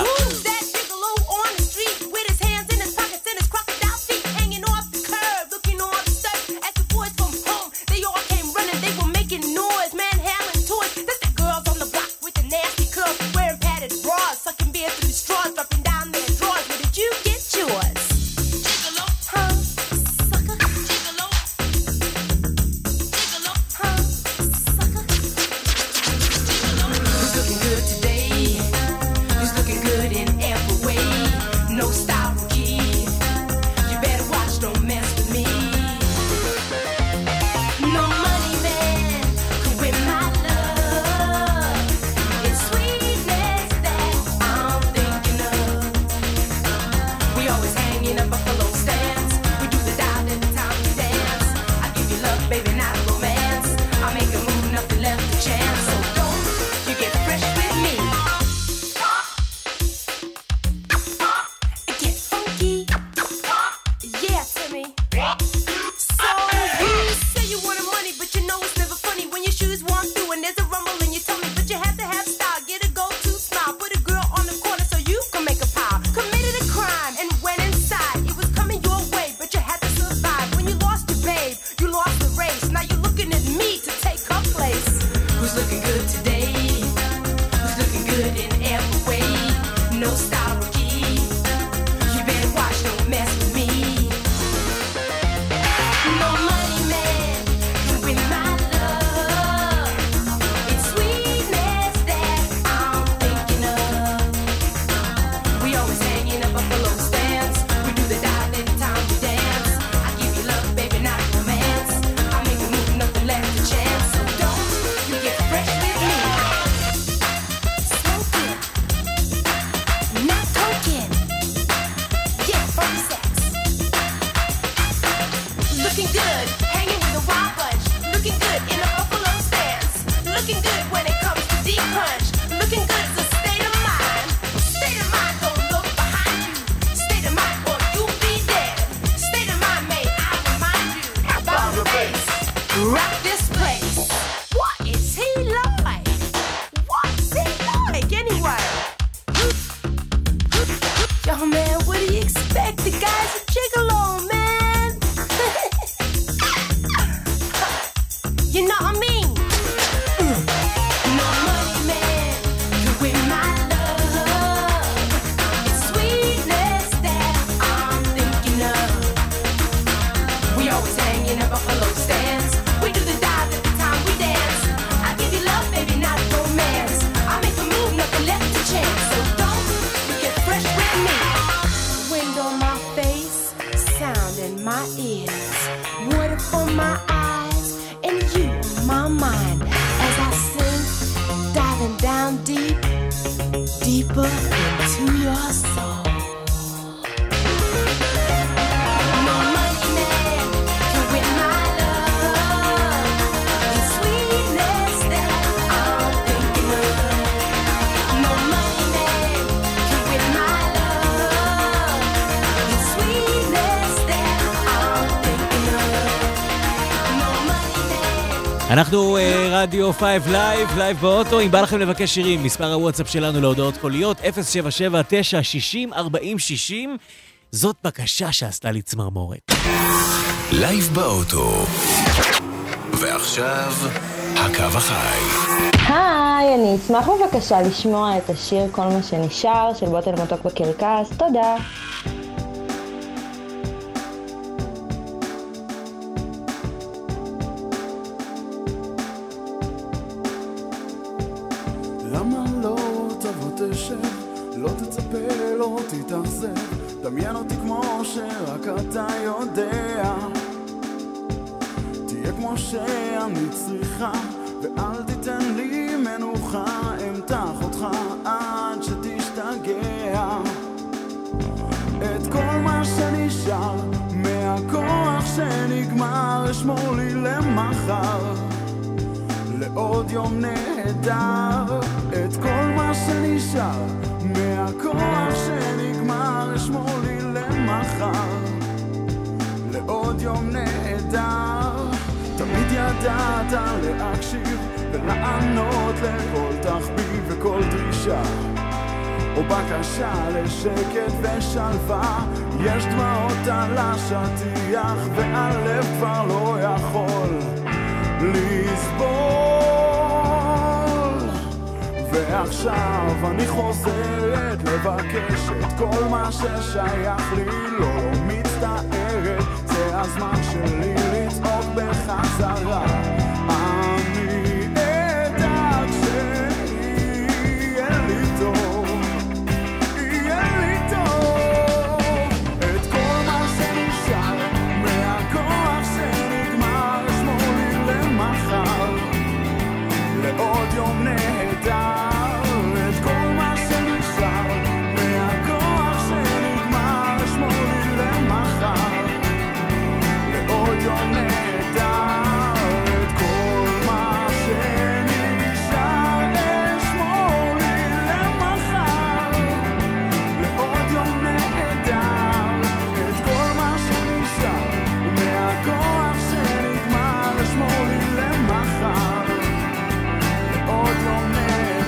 אנחנו רדיו 5 לייב, לייב באוטו. אם בא לכם לבקש שירים, מספר הוואטסאפ שלנו להודעות קוליות 077-960-4060. זאת בקשה שעשתה לי צמרמורת. לייב באוטו. ועכשיו, הקו החי. היי, אני אשמח בבקשה לשמוע את השיר כל מה שנשאר של בוטל מתוק בקרקס. תודה. למה לא תבוא תשב, לא תצפה, לא תתאכזב, דמיין אותי כמו שרק אתה יודע, תהיה כמו כמו שאני צריכה, ואל תיתן לי מנוחה, אמתח אותך עד שתשתגע. את כל מה שנשאר מהכוח שנגמר אשמור לי למחר, לעוד יום נהדר. את כל מה שנשאר מהכוח שנגמר אשמור לי למחר, לעוד יום נהדר. תמיד ידעת להקשיב ולענות לכל תחביב וכל דרישה או בקשה לשקט ושלווה. יש דמעות על השטיח והלב כבר לא יכול לסבול, ועכשיו אני חוזרת לבקש את כל מה ששייך לי. לא מצטערת, זה הזמן שלי לצעוק בחזרה. אני אדאג שיהיה לי טוב, יהיה לי טוב. את כל מה שנשאר מהכוח שנגמר אשמור לי למחר, לעוד יום נהדר. את כל מה שנשאר מהכוח שנגמר אשמור לי למחר, לעוד יום נהדר. את כל מה שנשאר אשמור לי למחר, לעוד יום נהדר. את כל מה שנשאר מהכוח שנגמר אשמור לי למחר, לעוד יום נהדר.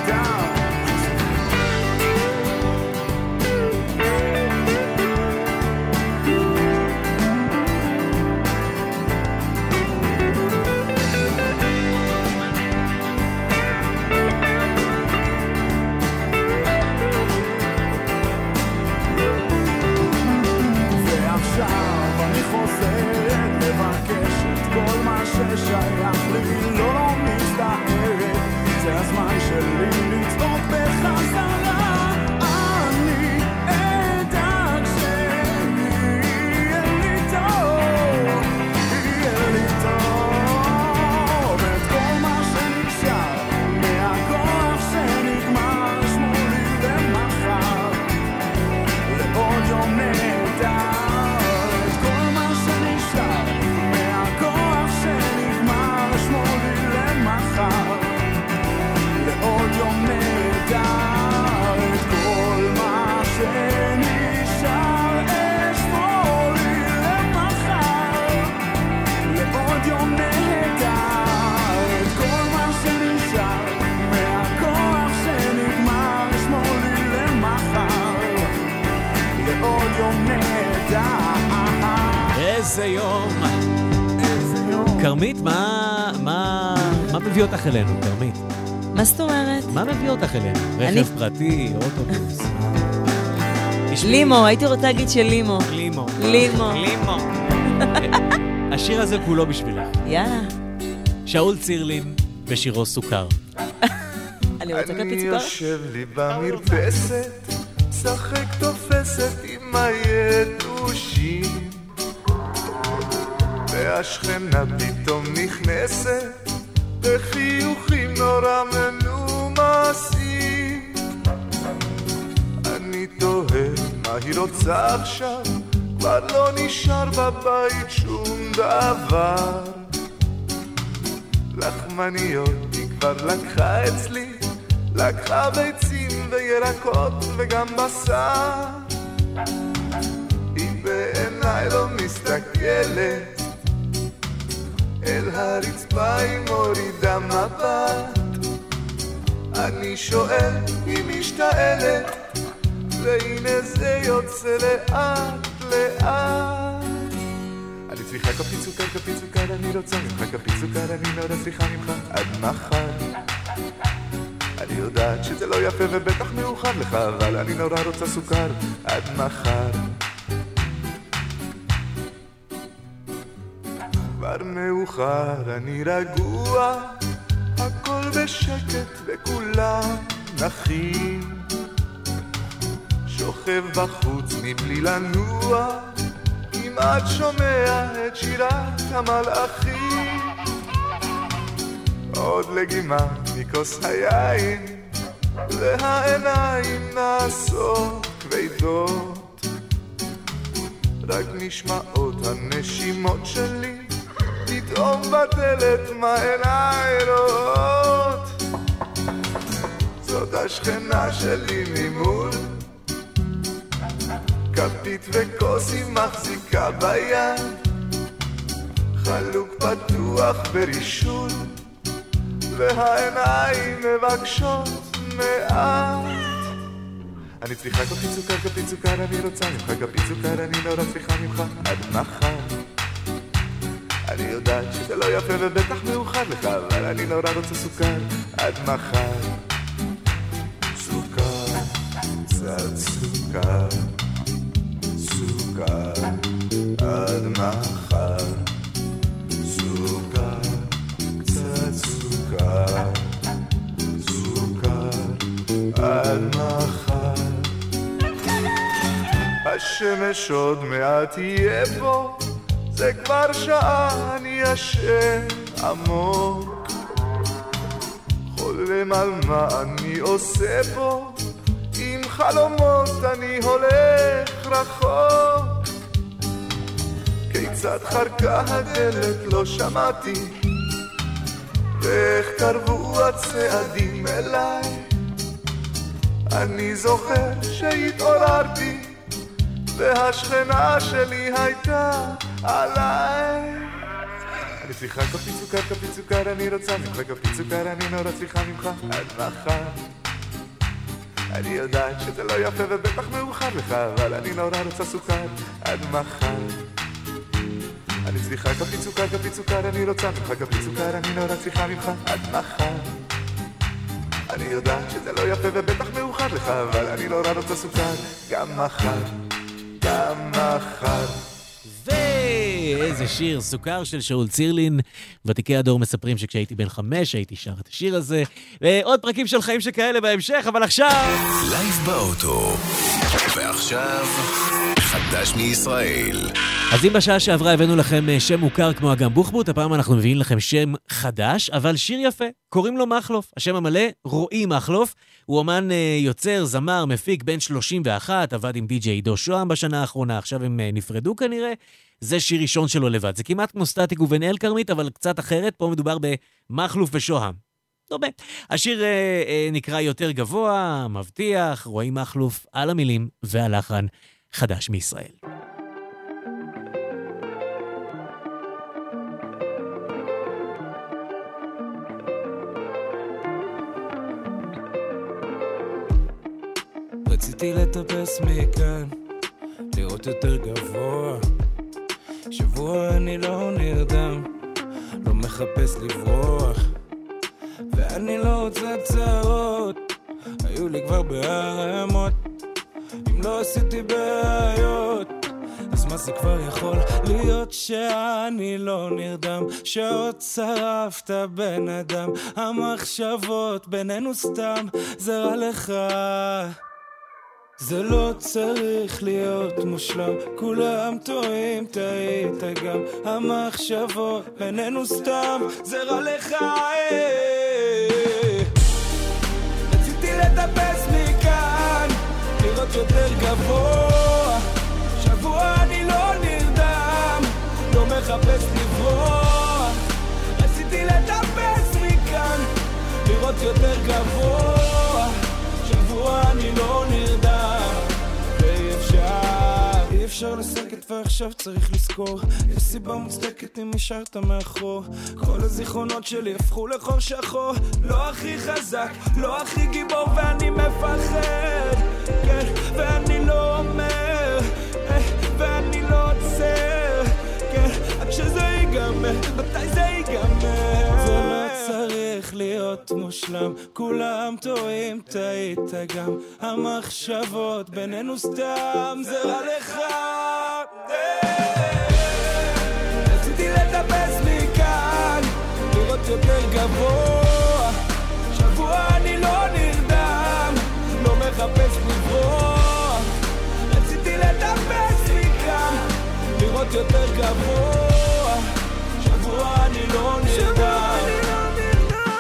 ועכשיו אני חוזרת לבקש את כל מה ששייך לי. לא מצטערת, זה הזמן שלי לצעוק בחזרה. אני אדאג שיהיה לי טוב, יהיה לי טוב. את כל מה שנשאר מהכוח שנגמר אשמור לי למחר, לעוד יום נהדר. את כל מה שנשאר מהכוח שנגמר אשמור לי למחר, לעוד יום נהדר. את כל מה שנשאר אשמור לי למחר, לעוד יום נהדר. את כל מה שנשאר מהכוח שנגמר אשמור לי למחר, לעוד יום נהדר. איזה יום. כרמית, מה מביא אותך אלינו, כרמית? מה זאת אומרת? מה מביא אותך אלינו? רכב פרטי, אוטובוס? לימו, הייתי רוצה להגיד שלימו. לימו. לימו. לימו. השיר הזה כולו בשבילך. יאללה. שאול צירלין בשירו סוכר. אני רוצה כפית אני סוכר? יושב לי במרפסת, שחק תופסת עם היתושים, והשכנה פתאום נכנסת בחיוכים נורא מנומסים. אני תוהה מה היא רוצה עכשיו, כבר לא נשאר בבית שום דבר. לחמניות היא כבר לקחה אצלי, לקחה ביצים וירקות וגם בשר. היא בעיניי לא מסתכלת, אל הרצפה היא מורידה מבט. אני שואל היא משתעלת, והנה זה יוצא לאט לאט. אני צריכה כפית סוכר, אני לא צריך כפית סוכר, אני מאוד צריכה ממך עד מחר. אני יודעת שזה לא יפה ובטח מאוחר לך, אבל אני נורא רוצה סוכר עד מחר. כבר מאוחר, אני רגוע, הכל בשקט וכולם נחים. שוכב בחוץ מבלי לנוע, כמעט שומע את שירת המלאכים. עוד לגימה מכוס היין, והעיניים נעשות כבדות, רק נשמעות הנשימות שלי, פתאום בדלת מה עיניי רואות. זאת השכנה שלי ממול, כפית וכוס היא מחזיקה ביד, חלוק פתוח ברישול, והעיניים מבקשות מעט. אני צריכה כפית סוכר, אני רוצה ממך כפית סוכר, אני נורא צריכה ממך עד מחר. אני יודעת שזה לא יפה ובטח מאוחר לך, אבל אני נורא רוצה סוכר עד מחר. סוכר, קצת סוכר, סוכר עד מחר. סוכר, קצת סוכר, סוכר עד מחר. השמש עוד מעט תהיה פה, זה כבר שעה אני ישן עמוק, חולם על מה אני עושה פה, עם חלומות אני הולך רחוק. כיצד חרקה הדלת לא שמעתי, ואיך קרבו הצעדים אליי. אני זוכר שהתעוררתי והשכנה שלי הייתה עליי. אני צריכה כפית סוכר, אני רוצה ממך כפית סוכר, אני נורא צריכה ממך עד מחר. אני יודעת שזה לא יפה ובטח מאוחר לך, אבל אני נורא רוצה סוכר עד מחר. אני צריכה כפית סוכר, אני רוצה ממך כפית סוכר, אני נורא צריכה ממך עד מחר. אני יודעת שזה לא יפה ובטח מאוחר לך, אבל אני נורא רוצה סוכר גם מחר, גם מחר. ואיזה שיר, סוכר של שאול צירלין. ותיקי הדור מספרים שכשהייתי בן 5 הייתי שר את השיר הזה. ועוד פרקים של חיים שכאלה בהמשך, אבל עכשיו לייב באוטו. ועכשיו חדש מישראל. אז אם בשעה שעברה הבאנו לכם שם מוכר כמו אגם בוחבוט, הפעם אנחנו מביאים לכם שם חדש, אבל שיר יפה. קוראים לו מחלוף. השם המלא, רועי מחלוף. הוא אומן יוצר, זמר, מפיק, בן 31, עבד עם די.ג'יי עידו שוהם בשנה האחרונה, עכשיו הם נפרדו כנראה. זה שיר ראשון שלו לבד. זה כמעט כמו סטטיק ובן אל כרמית, אבל קצת אחרת. פה מדובר במחלוף ושוהם. טוב, השיר נקרא יותר גבוה, מבטיח, רועי מחלוף, על המילים והלחן, חדש מישראל. רציתי לטפס מכאן, לראות יותר גבוה. שבוע אני לא נרדם, לא מחפש לברוח, ואני לא רוצה צרות, היו לי כבר בהרמות. אם לא עשיתי בעיות, אז מה זה כבר יכול להיות שאני לא נרדם? שעוד שרפת בן אדם, המחשבות בינינו סתם, זה רע לך. זה לא צריך להיות מושלם, כולם טועים, טעית גם, המחשבות בינינו סתם, זה רע לך. רציתי לטפס מכאן, לראות יותר גבוה. שבוע אני לא נרדם, לא מחפש לברוח. רציתי לטפס מכאן, לראות יותר גבוה. שבוע אני לא נרדם, ואי אפשר לסקת ועכשיו צריך לזכור, יש סיבה מוצדקת אם נשארת מאחור. כל הזיכרונות שלי הפכו לחור שחור, לא הכי חזק, לא הכי גיבור, ואני מפחד, כן, ואני לא אומר, ואני לא עוצר, כן, עד שזה ייגמר, מתי זה ייגמר? זה לא צריך להיות מושלם, כולם טועים, טעית גם, המחשבות בינינו סתם, זה רע לך. רציתי לטפס מכאן, לראות יותר גבוה. שבוע אני לא נרדם, לא מחפש לברוח. רציתי לטפס מכאן, לראות יותר גבוה. שבוע אני לא נרדם.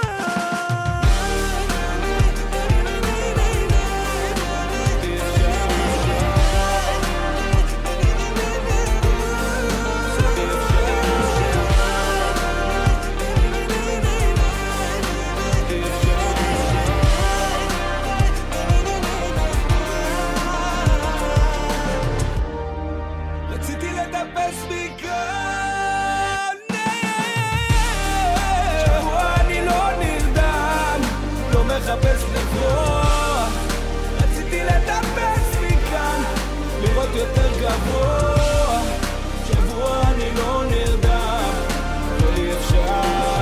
שבוע, שבוע אני לא נרדם, ואי אפשר.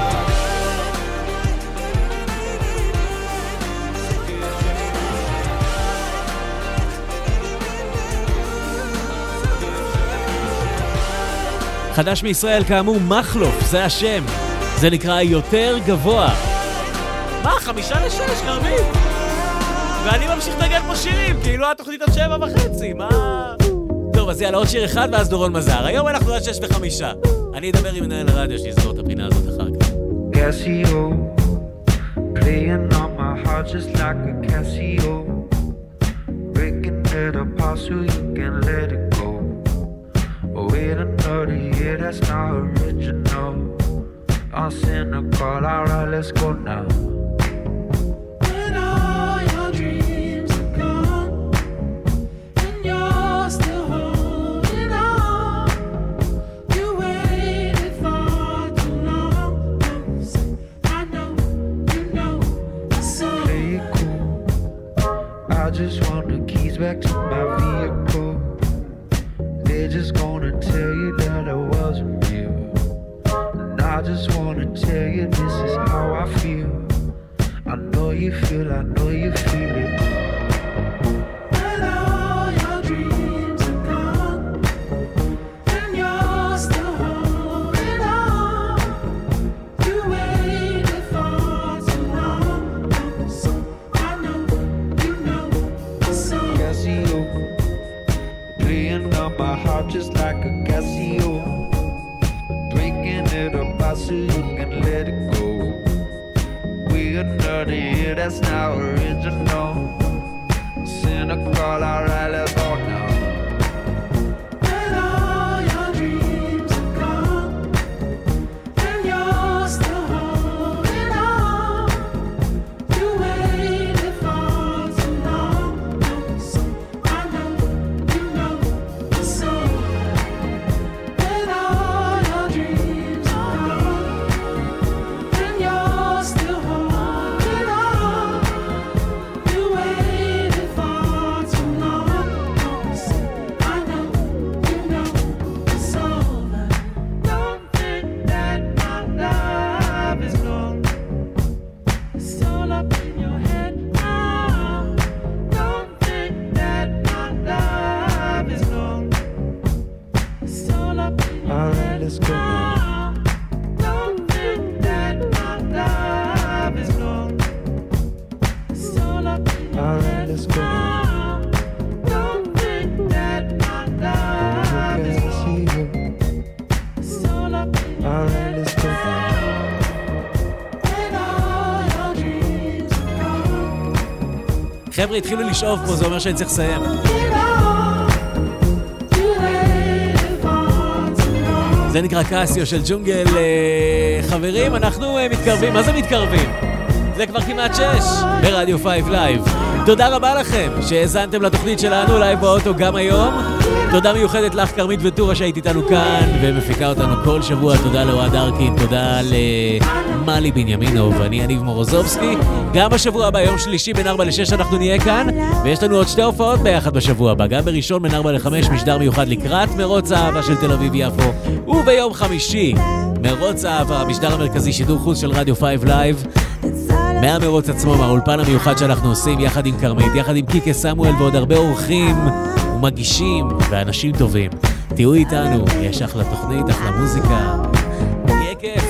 חדש מישראל, כאמור, מחלוף, זה השם. זה נקרא יותר גבוה. מה? 5-6, כרמית? ואני ממשיך לנגן פה שירים, כאילו התוכנית עד 7:30, מה? טוב, אז יאללה, עוד שיר אחד ואז דורון מזר. היום אנחנו עד 6:05. אני אדבר עם מנהל הרדיו שיסגור את הפינה הזאת אחר כך. Casio, playing on my heart just like a Casio, breaking it apart so you can let it go. Oh, wait another year, that's not original. I'll send a call, alright, let's go now. When all your dreams are gone and you're still holding on, you waited for too long. I know, you know, so Play it cool, I just want the keys back to my vehicle. They're just gonna tell you that I wasn't real, and I just wanna tell you this is how I feel. I know you feel it. when all your dreams are gone and you're still holding on, you waited for too long. So I know, you know, so Casio, playing on my heart just like a Casio, breaking it apart so you can let it go. We another year, that's not original. Send a call, alright, let's go now. when all your dreams are gone and you're still holding on, you waited for too long. So I know, you know, so when all your dreams are gone and you're still holding on, you waited for too long. So I know, you know, it's over. Don't think that my love is gone. It's all up in your head now. Don't think that my love is gone. It's all up in your Alright, head let's go now. now. Don't think that my love is gone. It's all up in your Alright, head let's go now. now. Don't think that my love is gone. It's all up in your Alright, let's go now. when all your dreams are gone. חבר'ה, התחילו לשאוף פה, זה אומר שאני צריך לסיים. זה נקרא קאסיו של ג'ונגל. חברים, אנחנו מתקרבים. מה זה מתקרבים? זה כבר כמעט 6 ברדיו 5 לייב. תודה רבה לכם שהאזנתם לתוכנית שלנו לייב באוטו גם היום. תודה מיוחדת לך כרמית וטורה שהיית איתנו כאן ומפיקה אותנו כל שבוע. תודה לאוהד ארקין, תודה למלי בנימינוב ואני יניב מורוזובסקי. גם בשבוע הבא, יום שלישי בין 4 ל-6 אנחנו נהיה כאן, ויש לנו עוד 2 הופעות ביחד בשבוע הבא. גם בראשון בין 4 ל-5 משדר מיוחד לקראת מרוץ האהבה של תל אביב יפו, וביום חמישי מרוץ האהבה, המשדר המרכזי, שידור חוץ של רדיו 5 לייב, מהמרוץ עצמו, מהאולפן המיוחד שאנחנו עושים יחד עם כרמית, יחד עם קיקה סמואל ועוד הרבה אורחים ומגישים ואנשים טובים. תהיו איתנו, יש אחלה תוכנית, אחלה מוזיקה, יהיה כיף.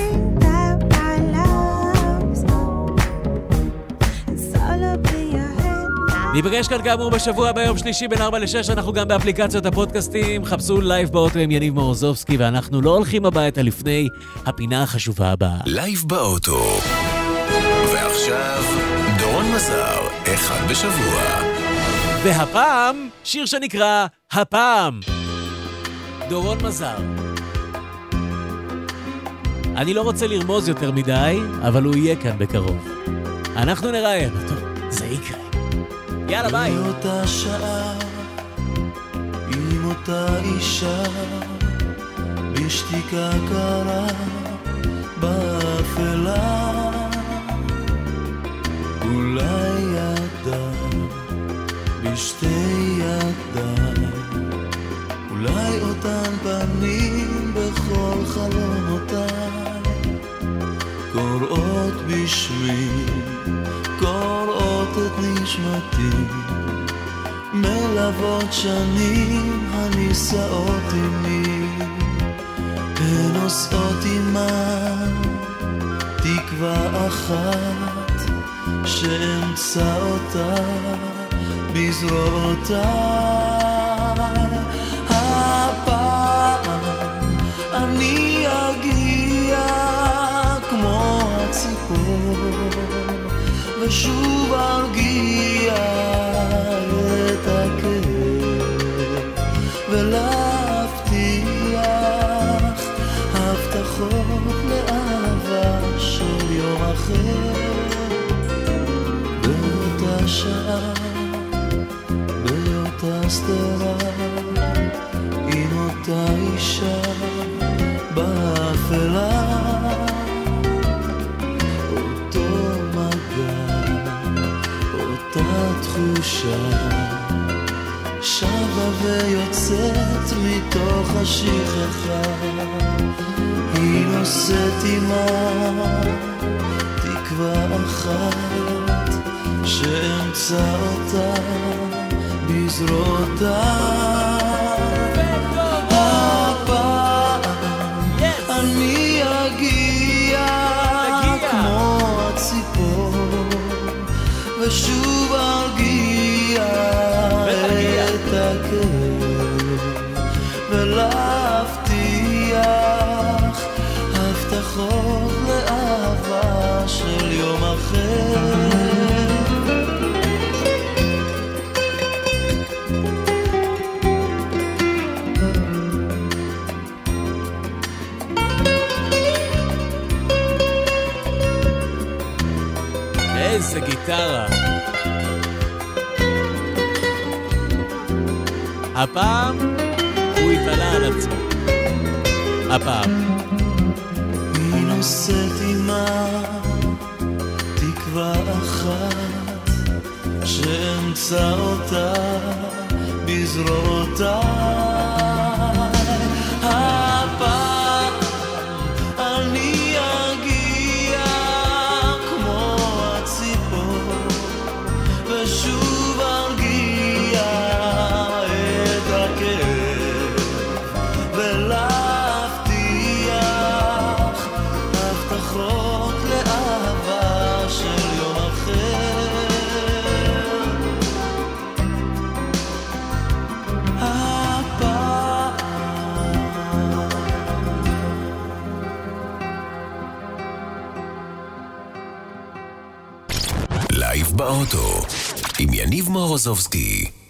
ניפגש כאן כאמור בשבוע ביום שלישי בין 4 ל-6, אנחנו גם באפליקציות הפודקאסטים, חפשו לייב באוטו עם יניב מורוזובסקי, ואנחנו לא הולכים הביתה לפני הפינה החשובה הבאה. לייב באוטו. ועכשיו, דורון מזר, אחד בשבוע. והפעם, שיר שנקרא הפעם. דורון מזר. אני לא רוצה לרמוז יותר מדי, אבל הוא יהיה כאן בקרוב. אנחנו נראיין אותו, זה יקרה. יאללה, ביי. באותה שעה, עם אותה אישה, בשתיקה קרה, באפלה. אולי ידיים, בשתי ידיים, אולי אותן פנים בכל חלומותיי קוראות בשמי, קוראות את נשמתי, מלוות שנים הנישאות עימי, הן נושאות עימן תקווה אחת שאמצא אותה בזרועותיי. הפעם אני אגיע כמו הציפור ושוב ארגיע את הכאב ולהבטיח הבטחות לאהבה של יום אחר. באותה שעה, באותה סתרה, עם אותה אישה באפלה, אותו מגע, אותה תחושה שבה ויוצאת מתוך השכחה. היא נושאת עימה תקווה אחת שאמצא אותה בזרועותיי. הפעם אני אגיע כמו הציפור ושוב ארגיע את הכאב ולהבטיח הבטחות לאהבה של יום אחר. איזה גיטרה. הפעם הוא התעלה על עצמו. הפעם היא נושאת עימה תקווה אחת שאמצא אותה בזרועותיי. הפעם אני אגיע כמו הציפור ושוב ארגיע את הכאב ולהבטיח הבטחות לאהבה של יום אחר. לייב באוטו עם יניב מורוזובסקי.